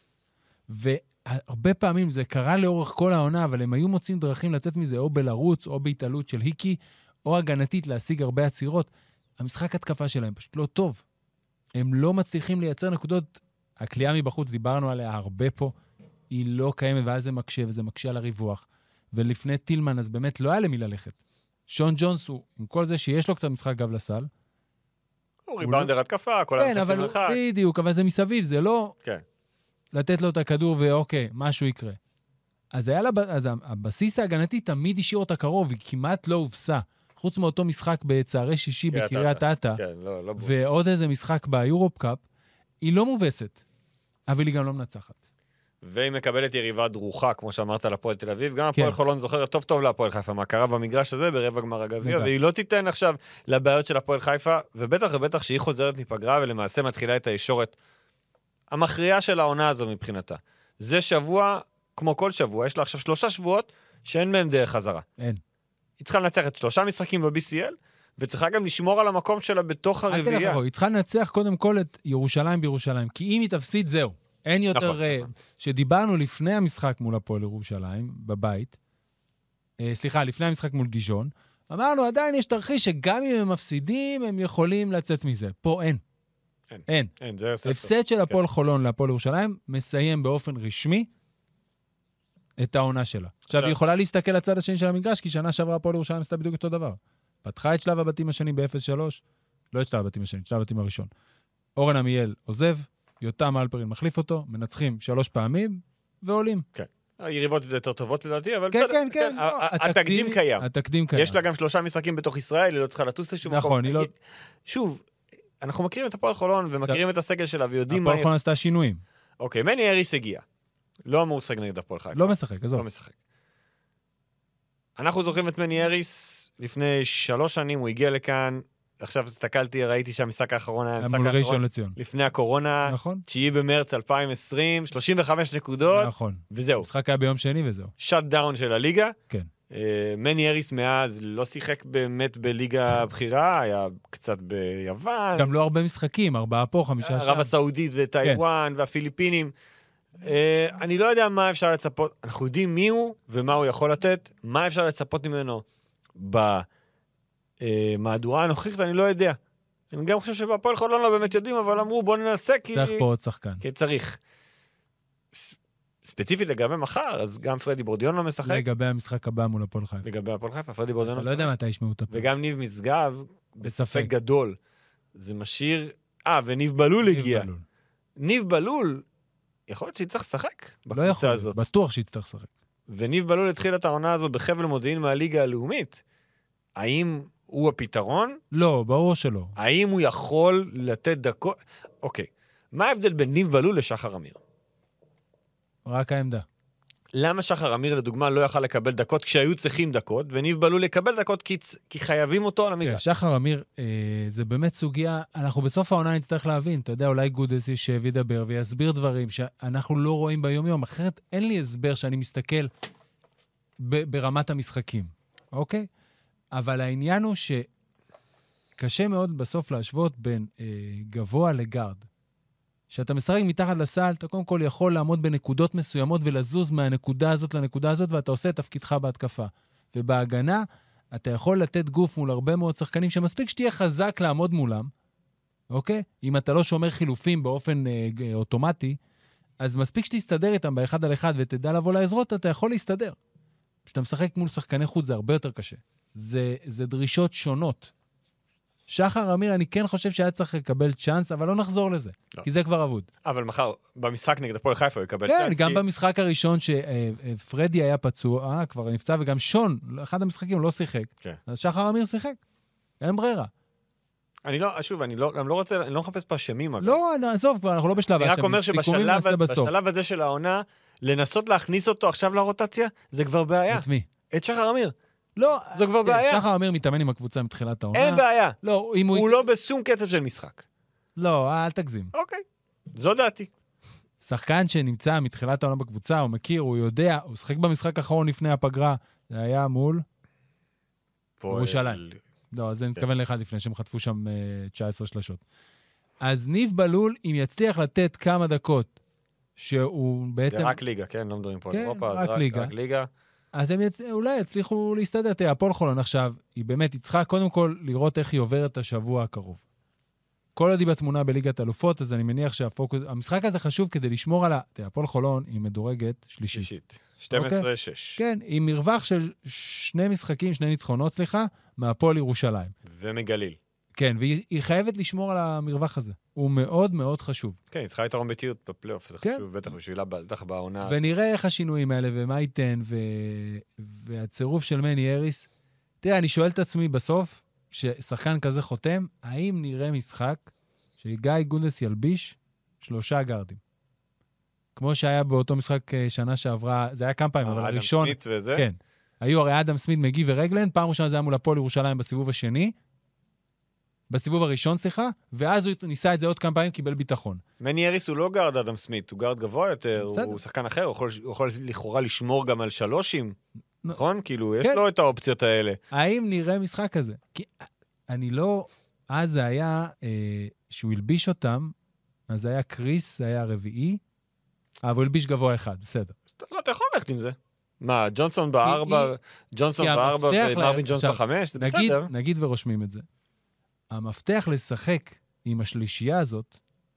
S2: והרבה פעמים זה קרה לאורך כל העונה, אבל הם היו מוצאים דרכים לצאת מזה, או בלרוץ, או בהתעלות של היקי, או הגנתית להשיג הרבה עצירות. המשחק התקפה שלהם פשוט לא טוב. הם לא מצליחים לייצר נקודות. הקליעה מבחוץ, דיברנו עליה הרבה פה, היא לא קיימת, ואז זה מקשה, וזה מקשה על הריווח. ולפני טילמן, אז באמת לא היה למי ללכת. שון ג'ונס הוא, עם כל זה שיש לו קצת משחק גב לסל.
S3: הוא ריבאונדר התקפה, כל
S2: כן, אבל בדיוק, אבל זה מסביב, זה לא...
S3: כן.
S2: לתת לו את הכדור ואוקיי, משהו יקרה. אז, היה לה, אז הבסיס ההגנתי תמיד השאיר אותה קרוב, היא כמעט לא הובסה. חוץ מאותו משחק בצערי שישי בקריית אתא,
S3: כן, לא, לא
S2: ועוד איזה משחק ביורופ קאפ, היא לא מובסת, אבל היא גם לא מנצחת.
S3: והיא מקבלת יריבה דרוכה, כמו שאמרת, לפועל תל אביב. גם הפועל חולון זוכרת טוב טוב להפועל חיפה, מה קרה במגרש הזה ברבע גמר הגביע, והיא לא תיתן עכשיו לבעיות של הפועל חיפה, ובטח ובטח שהיא חוזרת מפגרה, ולמעשה מתחילה את הישורת המכריעה של העונה הזו מבחינתה. זה שבוע, כמו כל שבוע, יש לה עכשיו שלושה שבועות שאין מהם דרך חזרה.
S2: אין.
S3: היא צריכה לנצח את שלושה משחקים ב-בי סי אל, וצריכה גם לשמור על המקום שלה בתוך הרביעייה.
S2: היא צריכה לנצח קודם כל את ירושלים בירושלים, כי אם היא תפסיד, זהו. אין יותר...
S3: נכון,
S2: uh,
S3: נכון.
S2: שדיברנו לפני המשחק מול הפועל ירושלים, בבית, uh, סליחה, לפני המשחק מול דיז'ון, אמרנו, עדיין יש תרחיש שגם אם הם מפסידים, הם יכולים לצאת מזה. פה אין.
S3: אין.
S2: אין.
S3: אין, זה הספר.
S2: הפסד של הפועל
S3: כן.
S2: חולון להפועל ירושלים מסיים באופן רשמי את העונה שלה. עכשיו, היא יכולה להסתכל לצד השני של המגרש, כי שנה שעברה הפועל ירושלים עשתה בדיוק אותו דבר. פתחה את שלב הבתים השני ב-אפס שלוש, לא את שלב הבתים השני, את שלב הבתים הראשון. אורן עמיאל עוזב, יותם אלפרין מחליף אותו, מנצחים שלוש פעמים, ועולים.
S3: כן. היריבות יותר טובות לדעתי, אבל...
S2: כן, כן, כן.
S3: התקדים קיים.
S2: התקדים קיים.
S3: יש לה גם שלושה משחקים בתוך ישראל, היא לא צריכה לטוס לשום מקום.
S2: נכון, היא לא...
S3: שוב, אנחנו מכירים את הפועל חולון, ומכירים את הסגל שלה, ויודעים מה...
S2: הפועל חולון עשתה שינויים.
S3: אוקיי, מני אריס הגיע. לא אמור לשחק נגד הפועל חיפה.
S2: לא משחק, עזוב.
S3: לא משחק. אנחנו זוכרים את מני אריס, לפני שלוש שנים הוא הגיע לכאן, עכשיו הסתכלתי, ראיתי שהמשחק האחרון היה המשחק האחרון, לפני הקורונה,
S2: נכון.
S3: תשיעי במרץ אלפיים ועשרים, שלושים וחמש נקודות,
S2: נכון.
S3: וזהו.
S2: המשחק היה ביום שני וזהו.
S3: שאט דאון של הליגה.
S2: כן.
S3: מני אריס מאז לא שיחק באמת בליגה הבחירה, היה קצת ביוון.
S2: גם לא הרבה משחקים, ארבעה פה, חמישה שם.
S3: ערב הסעודית וטיוואן והפיליפינים. אני לא יודע מה אפשר לצפות, אנחנו יודעים מי הוא ומה הוא יכול לתת, מה אפשר לצפות ממנו במהדורה הנוכחית, אני לא יודע. אני גם חושב שבהפועל חולון לא באמת יודעים, אבל אמרו בוא ננסה כי...
S2: צריך פה עוד שחקן.
S3: כי צריך. ספציפית לגבי מחר, אז גם פרדי בורדיון לא משחק.
S2: לגבי המשחק הבא מול הפועל חיפה.
S3: לגבי הפועל חיפה, פרדי בורדיון לא
S2: משחק. אתה לא יודע מתי ישמעו את הפועל.
S3: וגם ניב משגב, בספק
S2: בספק.
S3: גדול. זה משאיר... אה, וניב בלול הגיע.
S2: בלול.
S3: ניב בלול, יכול להיות שיצטרך לשחק
S2: לא
S3: בקבוצה
S2: יכול,
S3: הזאת.
S2: בטוח שיצטרך לשחק.
S3: וניב בלול התחיל את העונה הזאת בחבל מודיעין מהליגה הלאומית. האם הוא הפתרון?
S2: לא, ברור שלא.
S3: האם הוא יכול לתת דקות? אוקיי. מה ההבדל בין ניב בלול לשחר אמיר?
S2: רק העמדה.
S3: למה שחר אמיר לדוגמה לא יכל לקבל דקות כשהיו צריכים דקות, וניב בלול לקבל דקות כי, כי חייבים אותו על המגרש?
S2: שחר אמיר, אה, זה באמת סוגיה, אנחנו בסוף העונה נצטרך להבין, אתה יודע, אולי גודס יישב ידבר ויסביר דברים שאנחנו לא רואים ביום יום, אחרת אין לי הסבר שאני מסתכל ב- ברמת המשחקים, אוקיי? אבל העניין הוא שקשה מאוד בסוף להשוות בין אה, גבוה לגארד. שאתה משחק מתחת לסל, אתה קודם כל יכול לעמוד בנקודות מסוימות ולזוז מהנקודה הזאת לנקודה הזאת, ואתה עושה את תפקידך בהתקפה. ובהגנה, אתה יכול לתת גוף מול הרבה מאוד שחקנים, שמספיק שתהיה חזק לעמוד מולם, אוקיי? אם אתה לא שומר חילופים באופן אה, אוטומטי, אז מספיק שתסתדר איתם באחד על אחד, ותדע לבוא לעזרות, אתה יכול להסתדר. כשאתה משחק מול שחקני חוץ, זה הרבה יותר קשה. זה, זה דרישות שונות. שחר אמיר, אני כן חושב שהיה צריך לקבל צ'אנס, אבל לא נחזור לזה, לא. כי זה כבר עבוד.
S3: אבל מחר, במשחק נגד הפועל חיפה הוא יקבל
S2: כן,
S3: צ'אנס.
S2: כן, גם
S3: כי...
S2: במשחק הראשון שפרדי היה פצוע, כבר נפצע, וגם שון, אחד המשחקים הוא לא שיחק.
S3: כן.
S2: אז שחר אמיר שיחק. אין ברירה.
S3: אני לא, שוב, אני לא, אני לא רוצה, אני לא מחפש פה אשמים.
S2: לא, נעזוב כבר, אנחנו לא בשלב.
S3: אני רק אומר שבשלב בשלב הזה של העונה, לנסות להכניס אותו עכשיו לרוטציה, זה כבר בעיה.
S2: את מי?
S3: את שחר אמיר.
S2: לא,
S3: זו כבר בעיה.
S2: שחר אמיר מתאמן עם הקבוצה מתחילת העונה.
S3: אין בעיה.
S2: לא, אם הוא...
S3: הוא לא בשום קצב של משחק.
S2: לא, אל תגזים.
S3: אוקיי. זו דעתי.
S2: שחקן שנמצא מתחילת העונה בקבוצה, הוא מכיר, הוא יודע, הוא שחק במשחק האחרון לפני הפגרה, זה היה מול ירושלים. לא, אז אני מתכוון לאחד לפני שהם חטפו שם תשע עשרה שלשות. אז ניב בלול, אם יצליח לתת כמה דקות, שהוא בעצם...
S3: זה רק ליגה, כן? לא מדברים פה על
S2: כן,
S3: אירופה.
S2: רק ליגה.
S3: רק ליגה.
S2: אז הם יצ... אולי יצליחו להסתדר. תראה, הפועל חולון עכשיו, היא באמת, היא צריכה קודם כל לראות איך היא עוברת את השבוע הקרוב. כל עוד היא בתמונה בליגת אלופות, אז אני מניח שהפוקוס... המשחק הזה חשוב כדי לשמור על ה... תראה, הפועל חולון היא מדורגת שלישית.
S3: שלישית. שתים עשרה שש.
S2: כן, עם מרווח של שני משחקים, שני ניצחונות, סליחה, מהפועל ירושלים.
S3: ומגליל.
S2: כן, והיא חייבת לשמור על המרווח הזה. הוא מאוד מאוד חשוב.
S3: כן, היא צריכה יתרון ביתיות בפלייאוף, זה
S2: כן.
S3: חשוב, בטח בשבילה, בטח בעונה.
S2: ונראה איך השינויים האלה, ומה ייתן, ו... והצירוף של מני אריס. תראה, אני שואל את עצמי בסוף, ששחקן כזה חותם, האם נראה משחק שגיא גונדס ילביש שלושה גארדים? כמו שהיה באותו משחק שנה שעברה, זה היה כמה פעמים, אבל הראשון...
S3: אדם סמית וזה?
S2: כן. היו הרי אדם סמית, מגי ורגלן, פעם ראשונה זה היה מול הפועל ירושלים בסיבוב השני, בסיבוב הראשון, סליחה, ואז הוא ניסה את זה עוד כמה פעמים, קיבל ביטחון.
S3: מני אריס הוא לא גארד אדם סמית, הוא גארד גבוה יותר,
S2: בסדר.
S3: הוא שחקן אחר, הוא יכול, הוא יכול לכאורה לשמור גם על שלושים, נכון? כאילו, יש
S2: כן.
S3: לו את האופציות האלה.
S2: האם נראה משחק כזה? כי אני לא... אז זה היה, אה, שהוא הלביש אותם, אז זה היה קריס, זה היה רביעי, אבל הוא הלביש גבוה אחד, בסדר.
S3: לא, אתה יכול ללכת עם זה. מה, ג'ונסון בארבע, ג'ונסון בארבע ומרווין ג'ונס בחמש, זה
S2: נגיד,
S3: בסדר.
S2: נגיד ורושמים את זה. המפתח לשחק עם השלישייה הזאת,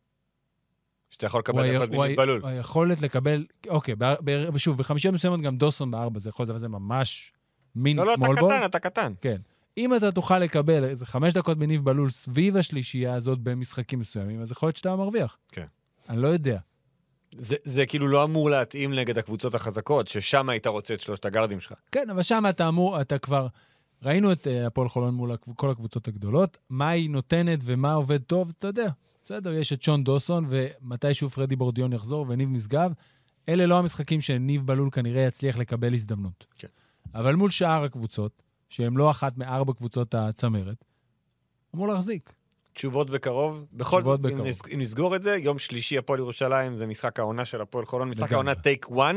S3: שאתה יכול לקבל דקות בניב בלול.
S2: הוא היכולת לקבל, אוקיי, ב, ב, שוב, בחמישיות מסוימות גם דוסון בארבע, זה יכול, זה ממש מין
S3: לא, לא,
S2: סמול
S3: אתה
S2: בול.
S3: קטן, אתה קטן.
S2: כן. אם אתה תוכל לקבל איזה חמש דקות בניב בלול סביב השלישייה הזאת במשחקים מסוימים, אז יכול להיות שאתה מרוויח.
S3: כן.
S2: אני לא יודע.
S3: זה, זה כאילו לא אמור להתאים נגד הקבוצות החזקות, ששם היית רוצה את שלושת הגארדים שלך.
S2: כן, אבל שם אתה אמור, אתה כבר, ראינו את uh, הפועל חולון מול כל הקבוצות הגדולות, מה היא נותנת ומה עובד טוב, אתה יודע. בסדר, יש את שון דוסון, ומתישהו פרדי בורדיון יחזור, וניב משגב, אלה לא המשחקים שניב בלול כנראה יצליח לקבל הזדמנות.
S3: כן.
S2: אבל מול שאר הקבוצות, שהן לא אחת מארבע קבוצות הצמרת, אמור להחזיק.
S3: תשובות בקרוב. בכל זאת,
S2: בקרוב.
S3: אם, נס, אם נסגור את זה, יום שלישי הפועל ירושלים, זה משחק העונה של הפועל חולון, משחק העונה טייק וואן,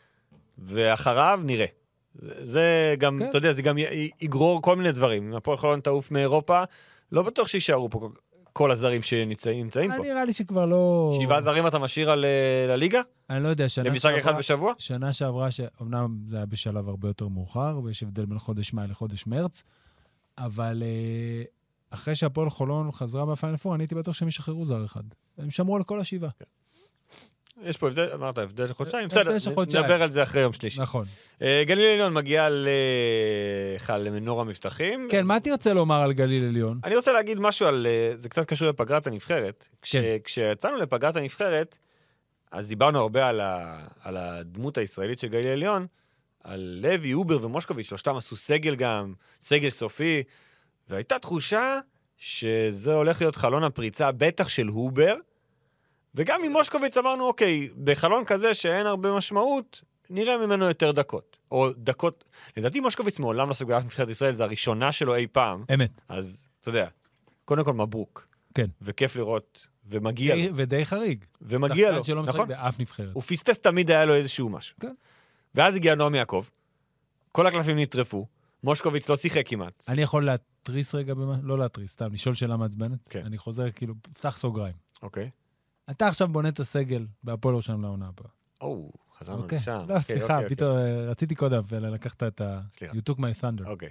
S3: ואחריו נראה. זה, זה גם, כן. אתה יודע, זה גם י, יגרור כל מיני דברים. אם הפועל חולון תעוף מאירופה, לא בטוח שישארו פה כל הזרים שנמצאים פה.
S2: נראה לי שכבר לא...
S3: שבעה זרים אתה משאיר על, לליגה?
S2: אני לא יודע, שנה
S3: למשחק שעברה... אחד בשבוע?
S2: שנה שעברה, שאומנם זה היה בשלב הרבה יותר מאוחר, ויש הבדל בין חודש מאי לחודש מרץ, אבל... אחרי שהפועל חולון חזרה בפיינל פור, אני הייתי בטוח שהם ישחררו זר אחד. הם שמרו על כל השבעה.
S3: יש פה הבדל, אמרת, הבדל של חודשיים,
S2: הבדל
S3: בסדר,
S2: של חודשיים.
S3: נדבר על זה אחרי יום שלישי.
S2: נכון.
S3: אה, גליל עליון מגיע ל- למנור המבטחים.
S2: כן, מה תרצה לומר על גליל עליון?
S3: אני רוצה להגיד משהו על, אה, זה קצת קשור לפגרת הנבחרת. כש-
S2: כן.
S3: כשיצאנו לפגרת הנבחרת, אז דיברנו הרבה על ה- על הדמות הישראלית של גליל עליון, על לוי, אובר ומושקוביץ', שלושתם עשו סגל גם, סגל סופי, והייתה תחושה שזה הולך להיות חלון הפריצה, בטח של אובר, וגם עם מושקוביץ' אמרנו, אוקיי, בחלון כזה שאין הרבה משמעות, נראה ממנו יותר דקות. או דקות, לדעתי מושקוביץ' מעולם לא סגל נבחרת ישראל, זה הראשונה שלו אי פעם.
S2: אמת.
S3: אז, אתה יודע, קודם כל מברוק.
S2: כן.
S3: וכיף לראות, ומגיע לו.
S2: ודי חריג.
S3: ומגיע לו,
S2: שחקן שלא משחק
S3: נכון?
S2: באף נבחרת.
S3: הוא פספס תמיד היה לו איזשהו משהו.
S2: כן.
S3: ואז הגיע נועם יעקב, כל הקלפים נטרפו, מושקוביץ' לא שיחק כמעט.
S2: אני יכול להתריס רגע במה? לא להתריס, סתם, לשאול שאלה מעצבנת.
S3: כן.
S2: אני חוזר, כאילו, פתח סוגריים.
S3: אוקיי.
S2: אתה עכשיו בונה את הסגל בהפועל ירושלים לעונה הבאה.
S3: או, חזרנו
S2: אוקיי.
S3: לשם.
S2: לא,
S3: אוקיי,
S2: סליחה,
S3: אוקיי,
S2: פתאום אה, רציתי קודם, ולקחת את ה...
S3: סליחה.
S2: You took my thunder.
S3: אוקיי.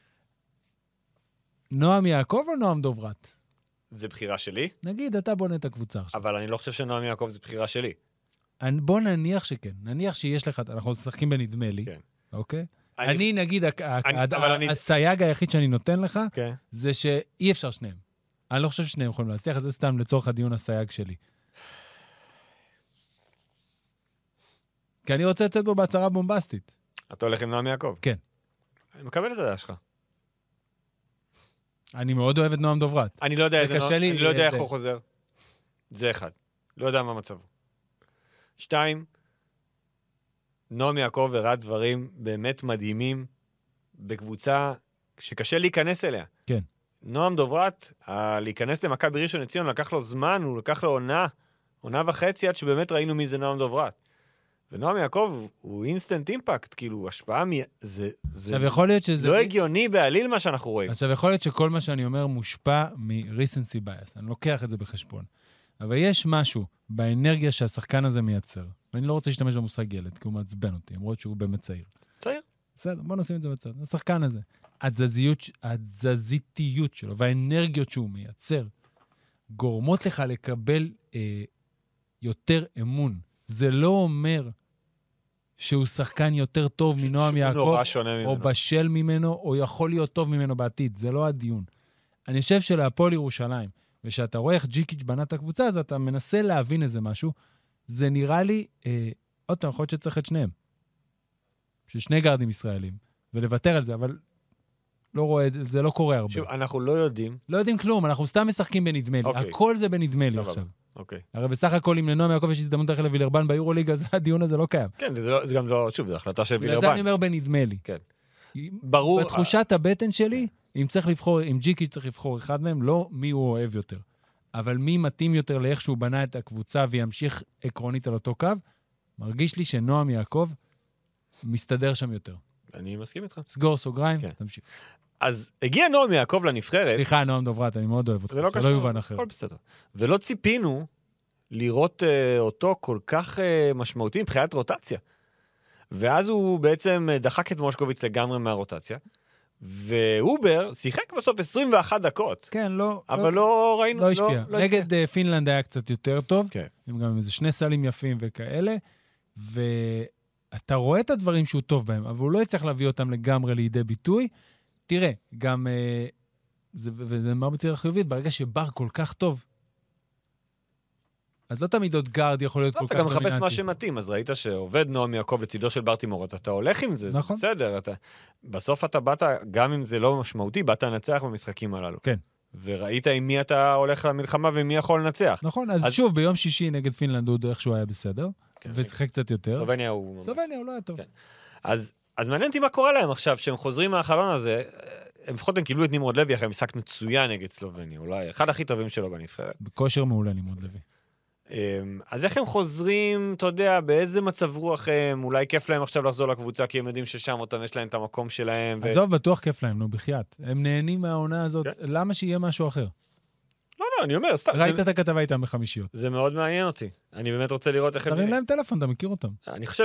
S2: נועם יעקב או נועם דוברת?
S3: זה בחירה שלי,
S2: נגיד, אתה בונה את הקבוצה עכשיו.
S3: אבל אני לא חושב שנועם יעקב זה בחירה שלי.
S2: אני- בוא נניח שכן. נניח שיש לך, אנחנו משחקים בנדמה לי,
S3: כן.
S2: אוקיי?
S3: אני-
S2: אני, נגיד, הק- ה-
S3: אני-
S2: הד-
S3: אבל אני-
S2: הסייג היחיד שאני נותן לך,
S3: כן.
S2: זה שאי אפשר שניהם. אני לא חושב ששניהם יכולים להצליח, אז זה סתם לצורך הדיון הסייג שלי. כי אני רוצה לצאת בו בהצהרה בומבסטית.
S3: אתה הולך עם נועם יעקב?
S2: כן.
S3: אני מקבל את הדעה שלך.
S2: אני מאוד אוהב את נועם דוברת.
S3: אני לא יודע
S2: זה
S3: איזה
S2: קשה
S3: נועם,
S2: לי,
S3: אני לא יודע איך
S2: זה-
S3: הוא חוזר. זה אחד. לא יודע מה מצבו. שתיים, נועם יעקב הראה דברים באמת מדהימים בקבוצה שקשה להיכנס אליה.
S2: כן.
S3: נועם דוברת, ה- להיכנס למכבי ראשון לציון, לקח לו זמן, הוא לקח לו עונה, עונה וחצי עד שבאמת ראינו מי זה נועם דוברת. ונועם יעקב הוא אינסטנט אימפקט, כאילו, השפעה מ... זה, זה
S2: עכשיו, יכול להיות שזה...
S3: לא הגיוני בעליל מה שאנחנו רואים.
S2: עכשיו, יכול להיות שכל מה שאני אומר מושפע מ-recency bias. אני לוקח את זה בחשבון. אבל יש משהו באנרגיה שהשחקן הזה מייצר. ואני לא רוצה להשתמש במושג ילד, כי הוא מעצבן אותי, למרות שהוא באמת צעיר.
S3: צעיר.
S2: בסדר, בוא נשים את זה בצד. השחקן הזה, התזזיות, התזזיתיות שלו והאנרגיות שהוא מייצר, גורמות לך לקבל אה, יותר אמון. זה לא אומר שהוא שחקן יותר טוב מנועם יעקב,
S3: נורא שונה ממנו.
S2: או בשל ממנו, או יכול להיות טוב ממנו בעתיד. זה לא הדיון. אני חושב שלהפועל ירושלים, ושאתה רואה איך ג'יקיץ' בנה את הקבוצה, אז אתה מנסה להבין איזה משהו. זה נראה לי, אה, עוד פעם, יכול להיות שצריך את שניהם. ששני גארדים ישראלים, ולוותר על זה, אבל לא רואה, זה לא קורה הרבה.
S3: שוב, אנחנו לא יודעים.
S2: לא יודעים כלום, אנחנו סתם משחקים בנדמה לי.
S3: אוקיי.
S2: הכל זה בנדמה לי
S3: סבבה.
S2: עכשיו.
S3: אוקיי.
S2: הרי בסך הכל, אם לנועם יעקב יש הזדמנות אחרי לווילרבן ביורוליג, אז הדיון הזה לא קיים.
S3: כן, זה, לא, זה גם לא, שוב, זו החלטה של
S2: בגלל זה
S3: וילרבן.
S2: אני אומר בנדמה לי.
S3: כן. ברור.
S2: בתחושת הבטן שלי, אם צריך לבחור, אם ג'יקי צריך לבחור אחד מהם, לא מי הוא אוהב יותר. אבל מי מתאים יותר לאיך שהוא בנה את הקבוצה וימשיך עקרונית על אותו קו, מרגיש לי שנועם יעקב מסתדר שם יותר.
S3: אני מסכים איתך.
S2: סגור סוגריים,
S3: כן.
S2: תמשיך.
S3: אז הגיע נועם יעקב לנבחרת,
S2: סליחה, נועם דוברת, אני מאוד אוהב אותך.
S3: זה לא
S2: שלא
S3: קשור,
S2: יובן אחר.
S3: הכל בסדר. ולא ציפינו לראות uh, אותו כל כך uh, משמעותי מבחינת רוטציה. ואז הוא בעצם uh, דחק את מושקוביץ לגמרי מהרוטציה, ואובר שיחק בסוף עשרים ואחת דקות.
S2: כן, לא...
S3: אבל לא ראינו...
S2: לא השפיע.
S3: לא
S2: נגד uh, פינלנד היה קצת יותר טוב,
S3: כן.
S2: עם גם איזה שני סלים יפים וכאלה, ואתה רואה את הדברים שהוא טוב בהם, אבל הוא לא יצטרך להביא אותם לגמרי לידי ביטוי. תראה, גם, uh, זה, וזה אמר בצורה חיובית, ברגע שבר כל כך טוב, אז לא תמיד עוד גארד יכול להיות כל כך
S3: אתה גם מחפש
S2: דומיננטי.
S3: מה שמתאים, אז ראית שעובד נועם יעקב לצידו של בר תימורות, אתה הולך עם זה,
S2: נכון.
S3: זה בסדר. אתה... בסוף אתה באת, גם אם זה לא משמעותי, באת לנצח במשחקים הללו.
S2: כן.
S3: וראית עם מי אתה הולך למלחמה ומי יכול לנצח.
S2: נכון, אז,
S3: אז-
S2: שוב, ביום שישי נגד פינלנד הוא איכשהו היה בסדר,
S3: כן,
S2: ושיחק קצת יותר.
S3: סלובניה הוא...
S2: סלובניה הוא לא היה טוב.
S3: כן. אז, אז מעניין אותי מה קורה להם עכשיו, שהם חוזרים מהחלון הזה, הם לפחות הם קיבלו את נמרוד לוי אחרי משחק מצוין נגד סלובניה, אולי אחד הכי טובים שלו בנבחרת.
S2: בכושר מעולה נמרוד לוי.
S3: אז איך הם חוזרים, אתה יודע, באיזה מצב רוח הם, אולי כיף להם עכשיו לחזור לקבוצה, כי הם יודעים ששם אותם יש להם את המקום שלהם. ו...
S2: עזוב, בטוח כיף להם, נו, בחייאת. הם נהנים מהעונה הזאת,
S3: כן.
S2: למה שיהיה משהו אחר?
S3: לא, לא, אני אומר, סתם.
S2: ראית
S3: זה,
S2: את הכתבה איתם בחמישיות.
S3: זה מאוד מעניין אותי. אני באמת רוצה לראות איך הם...
S2: תרים להם טלפון, אתה מכיר אותם.
S3: אני חושב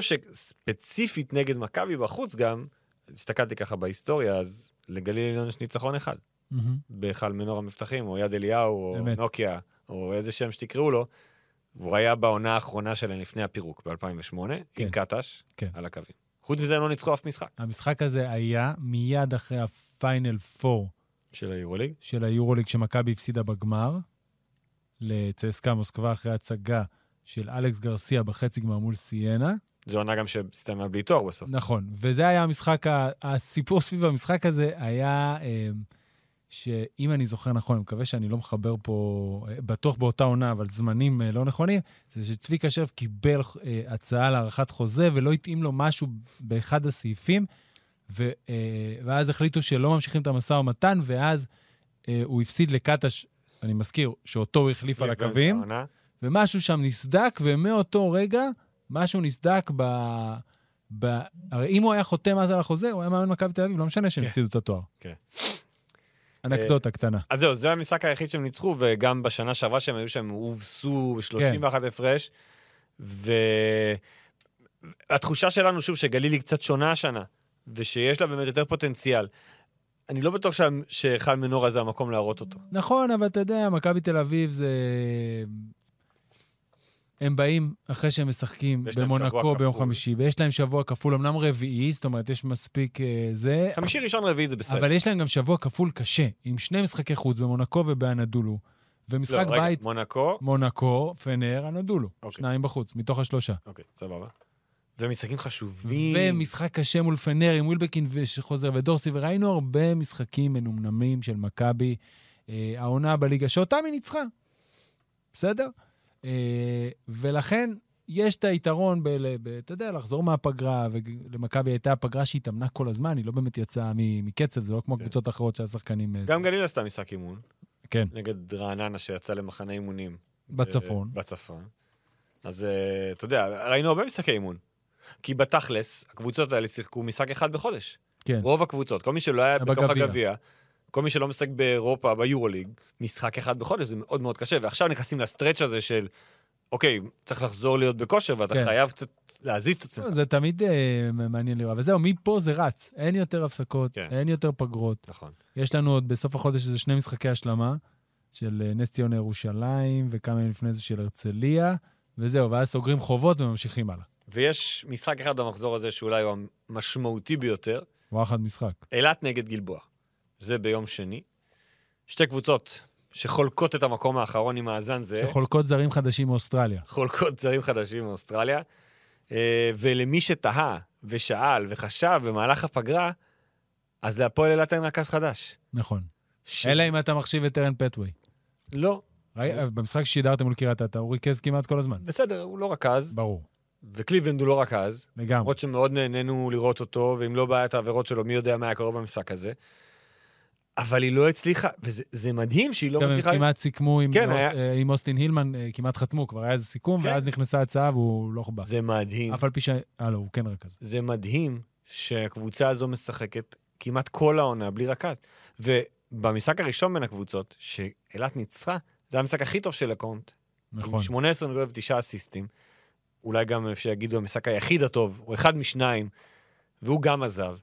S3: שספציפית נגד מכבי בחוץ גם, הסתכלתי ככה בהיסטוריה, אז לגליל עליון יש ניצחון אחד. בהיכל מנור המבטחים, או יד אליהו, או
S2: באמת.
S3: נוקיה, או איזה שם שתקראו לו, והוא היה בעונה האחרונה שלהם לפני הפירוק ב-אלפיים ושמונה,
S2: כן.
S3: עם קטש,
S2: כן.
S3: על הקווים. חוץ מזה הם לא ניצחו אף משחק.
S2: המשחק הזה היה מיד אחרי הפיינל פור
S3: של היורוליג.
S2: של היורוליג שמכבי הפסידה בגמר, לצסקה מוסקבה אחרי הצגה של אלכס גרסיה בחצי גמר מול סיינה.
S3: זו עונה גם שהסתיימה בלי תואר בסוף.
S2: נכון, וזה היה המשחק, הסיפור סביב המשחק הזה היה, שאם אני זוכר נכון, אני מקווה שאני לא מחבר פה, בטוח באותה עונה, אבל זמנים לא נכונים, זה שצביקה שרף קיבל הצעה להערכת חוזה, ולא התאים לו משהו באחד הסעיפים, ו, ואז החליטו שלא ממשיכים את המשא ומתן, ואז הוא הפסיד לקטש, אני מזכיר, שאותו הוא החליף על הקווים, ומשהו שם נסדק, ומאותו רגע, משהו נסדק ב... ב... הרי אם הוא היה חותם אז על החוזה, הוא היה מאמן מכבי תל אביב, לא משנה שהם הפסידו את התואר.
S3: כן.
S2: אנקדוטה קטנה.
S3: אז זהו, זה המשחק היחיד שהם ניצחו, וגם בשנה שעברה שהם היו שהם הובסו שלושים ואחת הפרש, והתחושה שלנו, שוב, שגלילי קצת שונה השנה, ושיש לה באמת יותר פוטנציאל. אני לא בטוח שהיכל מנורה זה המקום להראות אותו.
S2: נכון, אבל אתה יודע, מכבי תל אביב זה... הם באים אחרי שהם משחקים במונקו ביום חמישי, ויש להם שבוע כפול, אמנם רביעי, זאת אומרת, יש מספיק זה...
S3: חמישי ראשון רביעי זה בסדר.
S2: אבל יש להם גם שבוע כפול קשה, עם שני משחקי חוץ במונקו ובאנדולו, ומשחק
S3: לא,
S2: בית...
S3: רגע, מונקו?
S2: מונקו, פנר, אנדולו.
S3: אוקיי.
S2: שניים בחוץ, מתוך השלושה.
S3: אוקיי, סבבה. ומשחקים חשובים.
S2: ומשחק קשה מול פנר, עם ווילבקין שחוזר ודורסי, וראינו הרבה משחקים מנומנמים של מכבי, אה, העונה בליגה, שאותם היא ניצחה. בסדר? ולכן יש את היתרון, אתה יודע, לחזור מהפגרה, ולמכבי הייתה הפגרה שהתאמנה כל הזמן, היא לא באמת יצאה מקצב, זה לא כמו קבוצות אחרות שהשחקנים...
S3: גם גליל עשתה משחק אימון.
S2: כן.
S3: נגד רעננה שיצא למחנה אימונים.
S2: בצפון.
S3: בצפון. אז אתה יודע, ראינו הרבה משחקי אימון. כי בתכלס, הקבוצות האלה שיחקו משחק אחד בחודש.
S2: כן.
S3: רוב הקבוצות, כל מי שלא היה בתוך הגביע, כל מי שלא משחק באירופה, ביורוליג, משחק אחד בחודש, זה מאוד מאוד קשה, ועכשיו נכנסים לסטרץ' הזה של, אוקיי, צריך לחזור להיות בכושר, ואתה כן. חייב קצת להזיז את עצמך.
S2: זה תמיד uh, מעניין לראות, וזהו, מפה זה רץ, אין יותר הפסקות, כן. אין יותר פגרות.
S3: נכון.
S2: יש לנו עוד בסוף החודש איזה שני משחקי השלמה, של נס ציונה ירושלים, וכמה ימים לפני זה של הרצליה, וזהו, ואז סוגרים חובות וממשיכים הלאה.
S3: ויש משחק אחד במחזור הזה, שאולי הוא המשמעותי ביותר.
S2: וואחד משחק.
S3: אילת נגד גלבוע. זה ביום שני. שתי קבוצות שחולקות את המקום האחרון עם האזן זה.
S2: שחולקות זרים חדשים מאוסטרליה.
S3: חולקות זרים חדשים מאוסטרליה. ולמי שתהה ושאל וחשב במהלך הפגרה, אז להפועל אילת אין רכז חדש.
S2: נכון. ש... אלא אם אתה מחשיב את טרן פטווי.
S3: לא.
S2: ראי, במשחק ששידרתם מול קריית אתא, הוא ריכז כמעט כל הזמן.
S3: בסדר, הוא לא רכז.
S2: ברור.
S3: וקליבלנד הוא לא רכז.
S2: לגמרי.
S3: למרות שמאוד נהנינו לראות אותו, ואם לא בעיית העבירות שלו, מי יודע מה היה קרוב במשחק הזה. אבל היא לא הצליחה, וזה מדהים שהיא לא מצליחה...
S2: גם הם כמעט סיכמו עם,
S3: כן,
S2: אוס,
S3: היה...
S2: עם אוסטין הילמן, כמעט חתמו, כבר היה איזה סיכום, כן. ואז נכנסה הצעה והוא לא חובה.
S3: זה מדהים.
S2: אף על פי ש... אה, לא, הוא כן רכז.
S3: זה מדהים שהקבוצה הזו משחקת כמעט כל העונה בלי רכז. ובמשחק הראשון בין הקבוצות, שאילת ניצחה, זה המשחק הכי טוב של הקונט.
S2: נכון.
S3: עם שמונה עשרה נקודות ותשעה אסיסטים. אולי גם אפשר להגידו, המשחק היחיד הטוב, הוא אחד משניים, והוא גם עזב.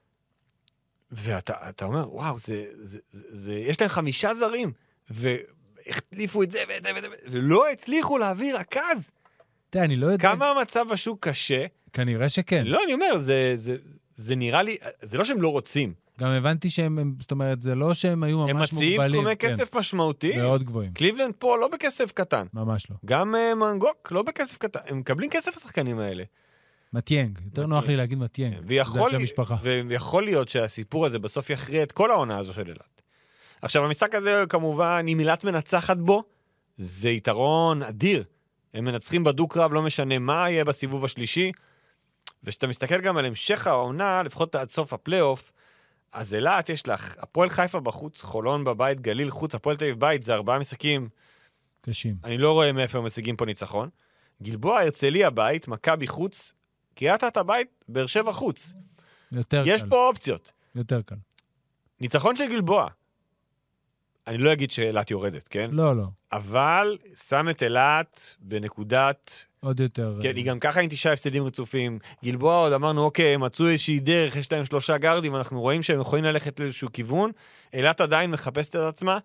S3: ואתה אתה אומר, וואו, זה, זה, זה, זה, יש להם חמישה זרים, והחליפו את זה ואת זה ואת זה, ולא הצליחו להעביר רכז.
S2: תראה, אני לא יודע...
S3: כמה המצב בשוק קשה?
S2: כנראה שכן.
S3: לא, אני אומר, זה, זה, זה נראה לי, זה לא שהם לא רוצים.
S2: גם הבנתי שהם, זאת אומרת, זה לא שהם היו ממש מוגבלים.
S3: הם מציעים סכומי כסף
S2: כן.
S3: משמעותי.
S2: מאוד גבוהים.
S3: קליבלנד פה לא בכסף קטן.
S2: ממש לא.
S3: גם uh, מנגוק לא בכסף קטן. הם מקבלים כסף השחקנים האלה.
S2: מתיינג. יותר מטיינג. נוח לי להגיד מתיינג.
S3: ויכול,
S2: זה המשפחה.
S3: ויכול להיות שהסיפור הזה בסוף יכריע את כל העונה הזו של אילת. עכשיו, המשחק הזה כמובן, אם אילת מנצחת בו, זה יתרון אדיר. הם מנצחים בדו-קרב, לא משנה מה יהיה בסיבוב השלישי. ושאתה מסתכל גם על המשך העונה, לפחות עד סוף הפלייאוף, אז אילת יש לך, הפועל חיפה בחוץ, חולון בבית, גליל חוץ, הפועל תל אביב בית, זה ארבעה משחקים.
S2: קשים.
S3: אני לא רואה מאיפה הם משיגים פה ניצחון. גלבוע, הרצליה בית, מכבי חוץ, קריית אתא בית, באר שבע חוץ.
S2: יותר
S3: יש
S2: קל.
S3: פה אופציות.
S2: יותר קל.
S3: ניצחון של גלבוע. אני לא אגיד שאילת יורדת, כן?
S2: לא, לא.
S3: אבל שם את אילת בנקודת...
S2: עוד יותר...
S3: כן, היא גם ככה עם תשעה הפסדים רצופים. גלבוע עוד אמרנו, אוקיי, הם מצאו איזושהי דרך, יש להם שלושה גרדים, אנחנו רואים שהם יכולים ללכת לאיזשהו כיוון. אילת עדיין מחפשת את עצמה,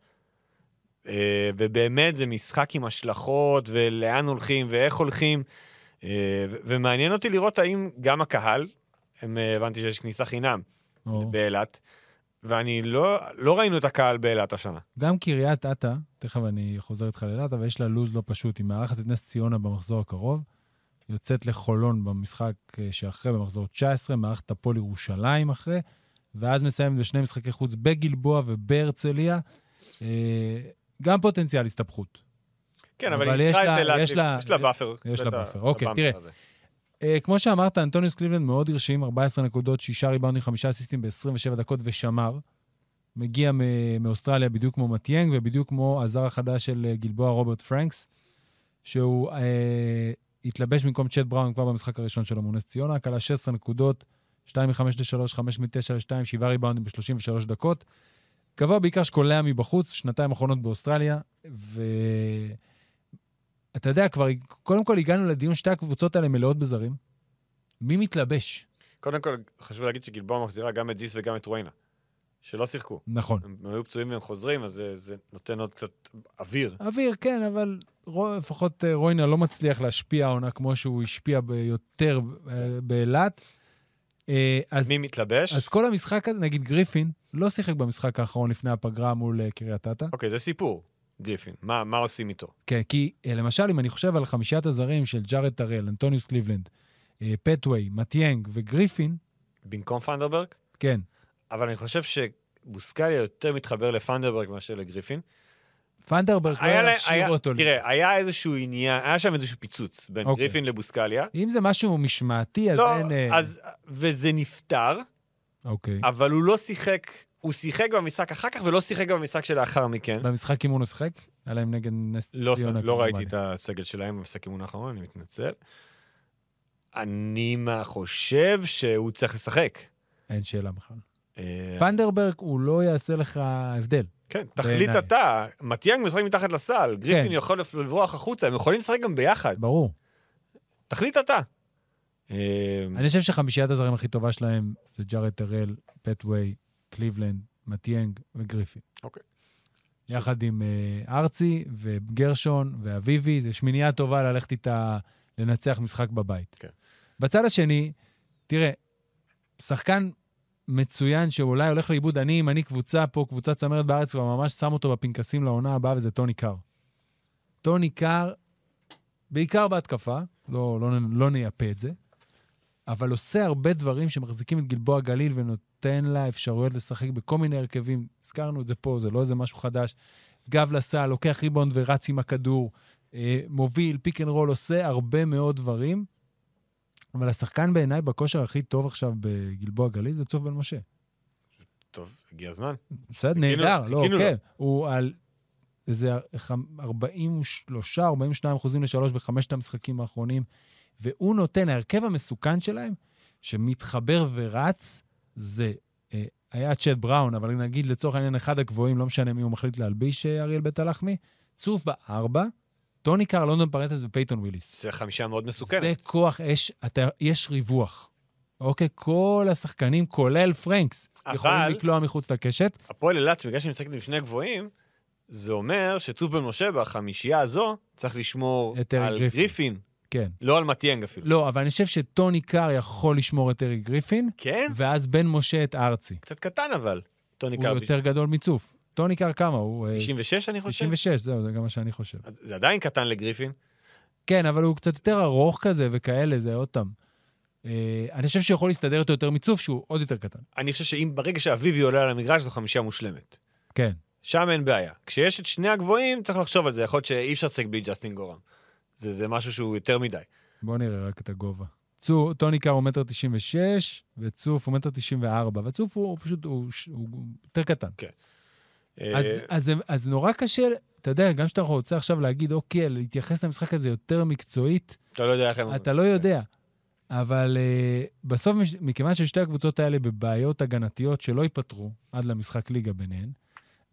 S3: ובאמת זה משחק עם השלכות, ולאן הולכים ואיך הולכים, ומעניין אותי לראות האם גם הקהל, הם הבנתי שיש כניסה חינם באילת, ואני לא, לא ראינו את הקהל באילת השנה.
S2: גם קריית אתא, תכף אני חוזר איתך לאילת, אבל יש לה לוז לא פשוט, היא מארחת את נס ציונה במחזור הקרוב, יוצאת לחולון במשחק שאחרי, במחזור תשע עשרה, מארחת הפועל ירושלים אחרי, ואז מסיים בשני משחקי חוץ בגלבוע ובהרצליה, גם פוטנציאל הסתבכות.
S3: כן, אבל, אבל היא צריכה את אילת, יש לה, יש לה באפר.
S2: יש לה באפר, אוקיי, תראה. Uh, כמו שאמרת, אנטוניוס קליבלנד מאוד הרשים, ארבע עשרה נקודות, שישה ריבאונדים, חמישה אסיסטים ב-עשרים ושבע דקות ושמר. מגיע מאוסטרליה בדיוק כמו מטיינג, ובדיוק כמו הזר החדש של גלבוע רוברט פרנקס, שהוא uh, התלבש במקום צ'ט בראון כבר במשחק הראשון שלו מונס ציונה, קלה שש עשרה נקודות, שתיים מחמש לשלוש, חמש מתשע לשתיים, שבעה ריבאונדים ב-שלושים ושלוש דקות. קבוע בעיקר שקולע מבחוץ, שנתיים אחרונות באוסטרליה, ו... אתה יודע, כבר, קודם כל הגענו לדיון שתי הקבוצות האלה מלאות בזרים. מי מתלבש?
S3: קודם כל, חשוב להגיד שגלבוע מחזירה גם את זיס וגם את רואינה, שלא שיחקו.
S2: נכון.
S3: הם היו פצועים והם חוזרים, אז זה, זה נותן עוד קצת אוויר.
S2: אוויר, כן, אבל לפחות רואינה לא מצליח להשפיע העונה כמו שהוא השפיע ביותר באילת.
S3: אז מי מתלבש?
S2: אז כל המשחק הזה, נגיד גריפין, לא שיחק במשחק האחרון לפני הפגרה מול קריית אתא.
S3: אוקיי, זה סיפור. גריפין, מה, מה עושים איתו?
S2: כן, כי למשל, אם אני חושב על חמישיית הזרים של ג'ארד טרל, אנטוניוס קליבלנד, פטווי, מטיינג וגריפין...
S3: במקום פנדרברג?
S2: כן.
S3: אבל אני חושב שבוסקליה יותר מתחבר לפנדרברג מאשר לגריפין.
S2: פנדרברג לא ישאיר אותו.
S3: תראה, היה איזשהו עניין, היה שם איזשהו פיצוץ בין אוקיי. גריפין לבוסקליה.
S2: אם זה משהו משמעתי, אז
S3: לא,
S2: אין...
S3: אז, וזה נפטר,
S2: אוקיי.
S3: אבל הוא לא שיחק... הוא שיחק במשחק אחר כך, ולא שיחק במשחק שלאחר מכן.
S2: במשחק אימון הוא שיחק? היה להם נגד נס ציונה.
S3: לא ראיתי את הסגל שלהם במשחק אימון האחרון, אני מתנצל. אני מה חושב שהוא צריך לשחק.
S2: אין שאלה בכלל. פנדרברג הוא לא יעשה לך הבדל.
S3: כן, תחליט אתה. מטיינג משחק מתחת לסל, גריפין יכול לברוח החוצה, הם יכולים לשחק גם ביחד.
S2: ברור.
S3: תחליט אתה.
S2: אני חושב שחמישיית הזרים הכי טובה שלהם זה ג'ארד טרל, פטווי, קליבלנד, מטיינג וגריפין.
S3: אוקיי.
S2: יחד עם ארצי וגרשון ואביבי, זה שמינייה טובה ללכת איתה לנצח משחק בבית.
S3: כן.
S2: בצד השני, תראה, שחקן מצוין שאולי הולך לאיבוד, אני, אם אני קבוצה פה, קבוצה צמרת בארץ, וממש שם אותו בפנקסים לעונה הבאה, וזה טוני קאר. טוני קאר, בעיקר בהתקפה, לא, לא, לא נייפה את זה, אבל עושה הרבה דברים שמחזיקים את גלבוע גליל ונותן לה אפשרויות לשחק בכל מיני הרכבים. הזכרנו את זה פה, זה לא איזה משהו חדש. גב לסל, לוקח ריבאונד ורץ עם הכדור, אה, מוביל, פיק אנד רול, עושה הרבה מאוד דברים. אבל השחקן בעיניי בכושר הכי טוב עכשיו בגלבוע גליל זה צוף בן משה.
S3: טוב, הגיע הזמן.
S2: בסדר, נהדר, לא, כן. הוא על איזה ארבעים ושלושה, ארבעים ושניים אחוזים לשלוש בחמשת המשחקים האחרונים. והוא נותן, ההרכב המסוכן שלהם, שמתחבר ורץ, זה אה, היה צ'ט בראון, אבל נגיד לצורך העניין אחד הגבוהים, לא משנה מי הוא מחליט להלביש אריאל בית הלחמי, צוף בארבע, טוני קאר, לונדון פרנטס ופייטון וויליס.
S3: זה חמישה מאוד מסוכנת.
S2: זה כוח, יש, אתה, יש ריווח. אוקיי, כל השחקנים, כולל פרנקס, אבל, יכולים לקלוע מחוץ לקשת.
S3: הפועל אילת, בגלל שאני משחקת עם שני גבוהים, זה אומר שצוף בן משה בחמישייה הזו, צריך לשמור על גריפין. גריפין.
S2: כן.
S3: לא על מטיינג אפילו.
S2: לא, אבל אני חושב שטוני קאר יכול לשמור את אריק גריפין.
S3: כן?
S2: ואז בן משה את ארצי.
S3: קצת קטן אבל, טוני
S2: הוא
S3: קאר.
S2: הוא יותר גדול מצוף. טוני קאר כמה? הוא...
S3: תשעים ושש אני חושב?
S2: תשעים ושש, זהו, זה גם מה שאני חושב.
S3: זה עדיין קטן לגריפין.
S2: כן, אבל הוא קצת יותר ארוך כזה וכאלה, זה עוד פעם. אני חושב שיכול להסתדר אותו יותר מצוף, שהוא עוד יותר קטן.
S3: אני חושב שאם ברגע שאביבי עולה על המגרש, זו חמישה מושלמת.
S2: כן.
S3: שם אין בעיה. כשיש את שני הגבוהים, צריך לחשוב על זה. יכול להיות שאי אפשר לשחק בלי ג'סטין גורם. זה, זה משהו שהוא יותר מדי.
S2: בוא נראה רק את הגובה. צוף, טוני קאר הוא מטר תשעים ושש, וצוף הוא מטר תשעים וארבע, וצוף הוא, הוא פשוט, הוא, הוא, הוא יותר קטן.
S3: כן.
S2: אז, אז, אז נורא קשה, אתה יודע, גם שאתה רוצה עכשיו להגיד, אוקיי, להתייחס למשחק הזה יותר מקצועית,
S3: אתה לא יודע איך הם...
S2: אתה לא יודע. אבל uh, בסוף, מכיוון ששתי הקבוצות האלה בבעיות הגנתיות שלא ייפטרו עד למשחק ליגה ביניהן,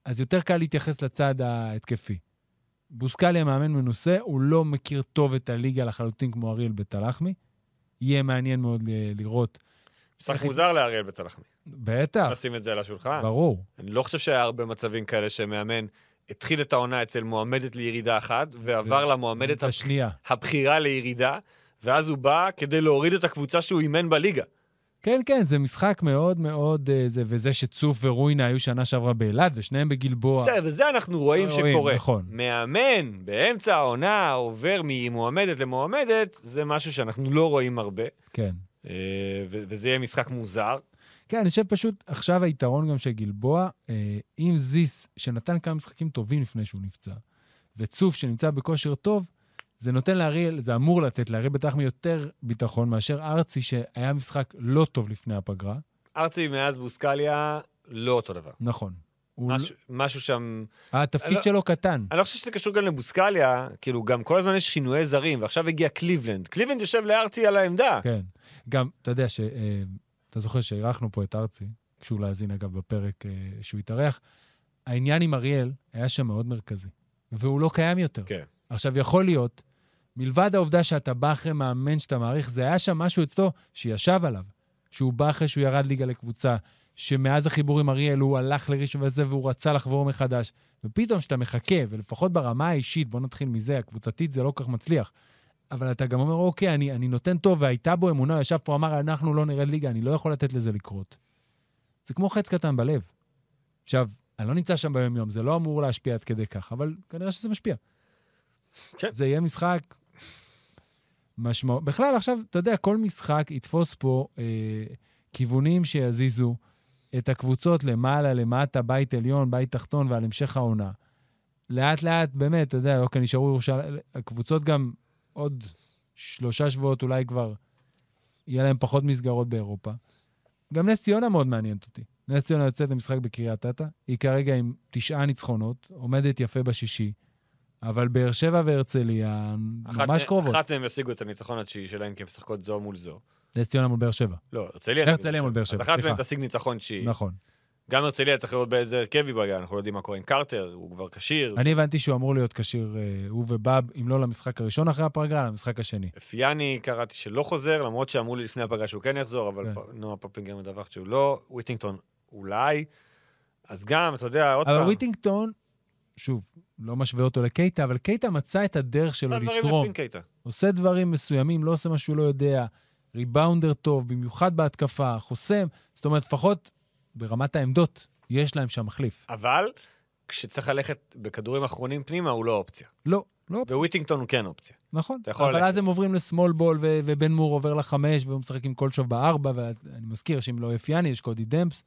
S2: אז יותר קל להתייחס לצד ההתקפי. בוסקליה מאמן מנוסה, הוא לא מכיר טוב את הליגה לחלוטין כמו אריאל בית-הלחמי. יהיה מעניין מאוד לראות.
S3: משחק מוזר לאריאל בית-הלחמי.
S2: בטח.
S3: נשים את זה על השולחן.
S2: ברור.
S3: אני לא חושב שהיה הרבה מצבים כאלה שמאמן התחיל את העונה אצל מועמדת לירידה אחת, ועבר למועמדת
S2: השנייה.
S3: הבחירה לירידה, ואז הוא בא כדי להוריד את הקבוצה שהוא אימן בליגה.
S2: כן, כן, זה משחק מאוד מאוד, זה, וזה שצוף ורואינה היו שנה שעברה באילת, ושניהם בגלבוע.
S3: זה, וזה אנחנו רואים
S2: רואים,
S3: שקורה.
S2: נכון.
S3: מאמן באמצע העונה עובר ממועמדת למועמדת, זה משהו שאנחנו לא רואים הרבה.
S2: כן.
S3: ו- וזה יהיה משחק מוזר.
S2: כן, אני חושב פשוט, עכשיו היתרון גם של גלבוע, עם זיס, שנתן כמה משחקים טובים לפני שהוא נפצע, וצוף שנמצא בכושר טוב, זה נותן לאריאל, זה אמור לתת לאריאל בית-הלחמי יותר ביטחון, מאשר ארצי שהיה משחק לא טוב לפני הפגרה.
S3: ארצי מאז בוסקליה לא אותו דבר.
S2: נכון.
S3: משהו, משהו שם...
S2: התפקיד שלו קטן.
S3: אני לא חושב שזה קשור גם לבוסקליה, כאילו גם כל הזמן יש שינויי זרים, ועכשיו הגיע קליבלנד. קליבלנד יושב לארצי על העמדה.
S2: כן. גם, אתה יודע ש... אתה זוכר שהירחנו פה את ארצי, כשהוא להזין אגב בפרק שהוא התארח, העניין עם אריאל היה שם מאוד מרכזי, והוא לא קיים יותר.
S3: כן.
S2: עכשיו יכול להיות, מלבד העובדה שאתה בא אחרי מאמן שאתה מעריך, זה היה שם משהו אצלו שישב עליו, שהוא בא אחרי שהוא ירד ליגה לקבוצה, שמאז החיבור עם אריאל הוא הלך לראשון וזה, והוא רצה לחבור מחדש, ופתאום שאתה מחכה, ולפחות ברמה האישית, בוא נתחיל מזה, הקבוצתית זה לא כך מצליח, אבל אתה גם אומר, אוקיי, אני, אני נותן טוב, והייתה בו אמונה, הוא ישב פה, אמר, אנחנו לא נרד ליגה, אני לא יכול לתת לזה לקרות. זה כמו חץ קטן בלב. עכשיו, אני לא נמצא שם ביום יום, זה לא אמור להשפיע עד כדי כך, אבל כנראה שזה משפיע.
S3: כן.
S2: זה יהיה משחק משמעות. בכלל, עכשיו, אתה יודע, כל משחק יתפוס פה אה, כיוונים שיזיזו את הקבוצות למעלה, למטה, בית עליון, בית תחתון, ועל המשך העונה. לאט לאט, באמת, אתה יודע, אוקיי, נשארו ירושלים, הקבוצות גם עוד שלושה שבועות אולי כבר יהיה להם פחות מסגרות באירופה. גם נס ציונה מאוד מעניינת אותי. נס ציונה יוצאת למשחק בקריית אתא, היא כרגע עם תשעה ניצחונות, עומדת יפה בשישי, אבל באר שבע והרצליה ממש קרובות.
S3: אחת מהם השיגו את הניצחון התשיעי שלהם, כי הם משחקות זו מול זו.
S2: נס ציונה מול באר שבע.
S3: לא, הרצליה.
S2: הרצליה מול באר שבע,
S3: אז אחת מהם תשיג ניצחון תשיעי.
S2: נכון.
S3: גם הרצליה צריך לראות באיזה הרכב ייפגע, אנחנו לא יודעים מה קורה עם קרטר, הוא כבר כשיר.
S2: אני הבנתי שהוא אמור להיות כשיר, הוא ובאב, אם לא למשחק הראשון אחרי הפגרה, למשחק השני.
S3: אפיאני קראתי שלא חוזר, למרות שאמרו לי לפני הפגרה שהוא כן יחזור, אבל נועה פופלינגר מדווחת שהוא לא, וויטינגטון אולי, אז גם, אתה יודע, עוד פעם.
S2: אבל וויטינגטון, שוב, לא משווה אותו לקייטה, אבל קייטה מצא את הדרך שלו לתרום. עושה דברים מסוימים, לא עושה מה שהוא לא יודע, ריבאונדר טוב, במיוחד בהתקפה, חוסם, זאת אומרת, לפחות ברמת העמדות, יש להם שם מחליף.
S3: אבל כשצריך ללכת בכדורים אחרונים פנימה, הוא לא אופציה.
S2: לא, לא אופציה.
S3: וויטינגטון הוא כן אופציה.
S2: נכון, אבל אז הם עוברים לסמול בול, ובן מור עובר לחמש, והוא משחק עם כל שוב בארבע, ואני מזכיר שאם לא אפיאני, יש קודי דמפס,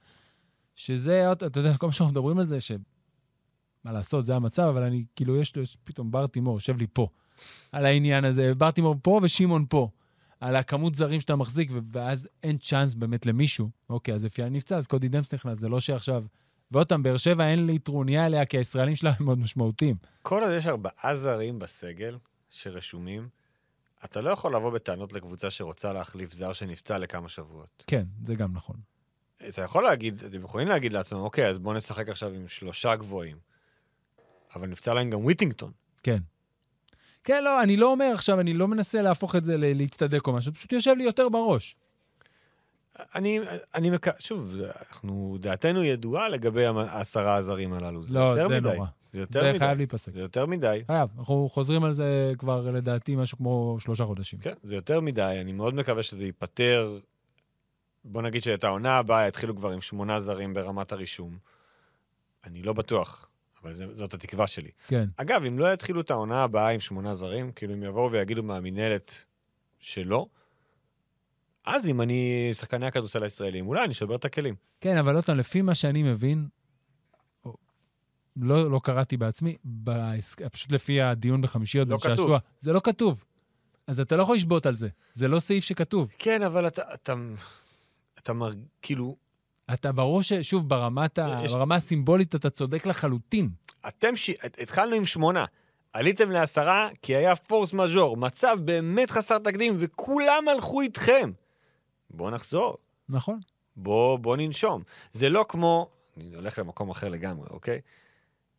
S2: שזה, אתה יודע, כל מה שאנחנו מדברים על זה, ש... מה לעשות, זה המצב, אבל אני, כאילו, יש לו פתאום בר תימור, יושב לי פה, על העניין הזה, בר תימור פה ושימון פה, על הכמות זרים שאתה מחזיק, ואז אין צ'אנס באמת למישהו. אוקיי, אז אפיאני נפצע, אז קודי דמפס נכנס, זה לא שעכשיו... ואותם, באר שבע אין לי טרוניה עליה, כי הישראלים שלה הם מאוד משמעותיים.
S3: כל עוד יש ארבעה זרים בסגל שרשומים, אתה לא יכול לבוא בטענות לקבוצה שרוצה להחליף זר שנפצע לכמה שבועות.
S2: כן, זה גם נכון.
S3: אתה יכול להגיד, אתם יכולים להגיד לעצמם, אוקיי, אז בוא נשחק עכשיו עם שלושה גבוהים. אבל נפצע להם גם וויטינגטון.
S2: כן. כן, לא, אני לא אומר עכשיו, אני לא מנסה להפוך את זה להצטדק או משהו, פשוט יושב לי יותר בראש.
S3: אני, אני, שוב, אנחנו, דעתנו ידועה לגבי העשרה הזרים הללו.
S2: לא, זה, זה נורא.
S3: זה יותר
S2: זה
S3: מדי.
S2: חייב להיפסק.
S3: זה יותר מדי.
S2: חייב. אנחנו חוזרים על זה כבר לדעתי משהו כמו שלושה חודשים.
S3: כן, זה יותר מדי. אני מאוד מקווה שזה ייפטר. בוא נגיד שאת העונה הבאה התחילו כבר עם שמונה זרים ברמת הרישום. אני לא בטוח, אבל זה, זאת התקווה שלי.
S2: כן.
S3: אגב, אם לא יתחילו את העונה הבאה עם שמונה זרים, כאילו אם יבואו ויגידו מהמינהלת שלא, אז אם אני שחקני הכדורסל הישראלים, אולי אני שובר את הכלים.
S2: כן, אבל אותם, לפי מה שאני מבין, לא, לא קראתי בעצמי, פשוט לפי הדיון בחמישיות,
S3: לא כתוב.
S2: בשעשוע, זה לא כתוב. אז אתה לא יכול לשבות על זה. זה לא סעיף שכתוב.
S3: כן, אבל אתה, אתה, אתה מרג, כאילו...
S2: אתה ברור ששוב, ברמת ה...
S3: יש...
S2: ברמה הסימבולית אתה צודק לחלוטין.
S3: אתם ש... התחלנו עם שמונה. עליתם לעשרה כי היה פורס מז'ור. מצב באמת חסר תקדים, וכולם הלכו איתכם. בוא נחזור.
S2: נכון.
S3: בוא, בוא ננשום. זה לא כמו... אני הולך למקום אחר לגמרי, אוקיי?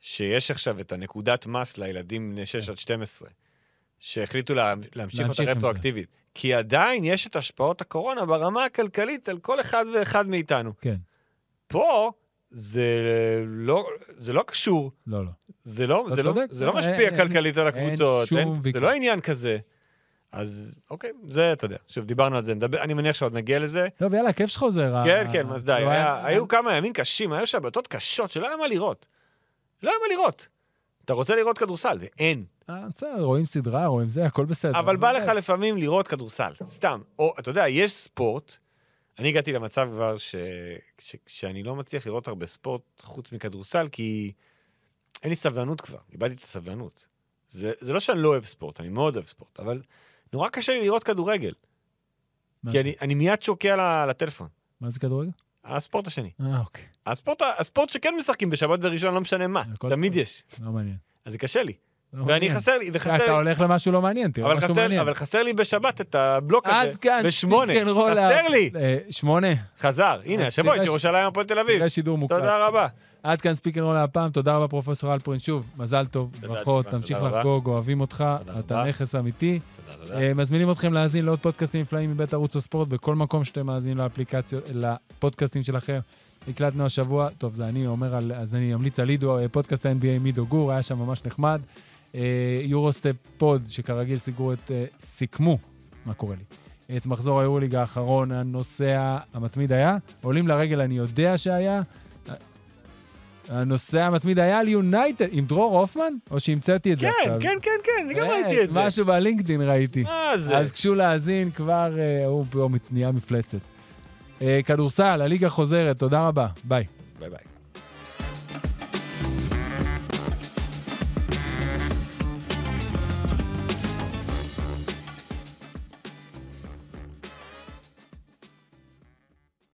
S3: שיש עכשיו את הנקודת מס לילדים בני שש עד שתים עשרה, שהחליטו לה, להמשיך אותה רטרואקטיבית. כי עדיין יש את השפעות הקורונה ברמה הכלכלית על כל אחד ואחד מאיתנו.
S2: כן.
S3: פה זה לא, זה לא קשור.
S2: לא, לא.
S3: זה לא, זה לא, זה לא משפיע כלכלית על הקבוצות. זה לא עניין כזה. אז אוקיי, זה, אתה יודע, שוב, דיברנו על זה, נדבר, אני מניח שעוד נגיע לזה.
S2: טוב, יאללה, כיף שחוזר.
S3: כן, כן, אז די, היו כמה ימים קשים, היו שבתות קשות, שלא היה מה לראות. לא היה מה לראות. אתה רוצה לראות כדורסל, ואין.
S2: בסדר, רואים סדרה, רואים זה, הכל בסדר.
S3: אבל בא לך לפעמים לראות כדורסל, סתם. או, אתה יודע, יש ספורט, אני הגעתי למצב כבר שאני לא מצליח לראות הרבה ספורט חוץ מכדורסל, כי אין לי סבלנות כבר, איבדתי את הסבלנות. זה, זה לא שאני לא אוהב ספורט, אני מאוד אוהב ספורט, אבל נורא קשה לי לראות כדורגל. כי אני, אני מיד שוקע לטלפון.
S2: מה זה כדורגל?
S3: הספורט השני.
S2: אה, אוקיי.
S3: הספורט, הספורט שכן משחקים בשבת וראשון, לא משנה מה. תמיד יש.
S2: לא מעניין.
S3: אז זה קשה לי. ואני חסר לי, וחסר לי.
S2: אתה הולך למשהו לא מעניין, תראה משהו מעניין.
S3: אבל חסר לי בשבת את הבלוק הזה.
S2: עד כאן.
S3: בשמונה. חסר לי.
S2: שמונה.
S3: חזר. הנה, השבוע יש ירושלים הפועל תל אביב.
S2: תראה שידור מוקלט.
S3: תודה רבה.
S2: עד כאן ספיק אנד רול הפעם. תודה רבה פרופסור אלפרין. שוב, מזל טוב, ברכות, תמשיך לחגוג, אוהבים אותך, אתה נכס אמיתי. מזמינים אתכם להאזין לעוד פודקאסטים נפלאים מבית ערוץ הספורט, בכל מקום שאתם מאזינים לאפליקציות, לפודקאסטים שלכם. הקלטנו השבוע, טוב, זה אני אומר על, אז אני אמליץ על לידו, פודקאסט ה-אן בי איי מידו גור, היה שם ממש נחמד. יורוסטפ פוד, שכרגיל סיגרו את, סיכמו, מה קורה לי? את מחזור היורוליג האחרון, הנושא המתמיד היה, עולים לרגל אני יודע שהיה, הנושא המתמיד היה על יונייטד, עם דרור הופמן? או שהמצאתי את זה עכשיו?
S3: כן, כן, כן, כן, אני גם ראיתי את זה.
S2: משהו בלינקדין ראיתי.
S3: מה זה?
S2: אז כשהוא להאזין כבר, הוא נהיה מפלצת. כדורסל, הליגה חוזרת, תודה רבה, ביי.
S3: ביי ביי.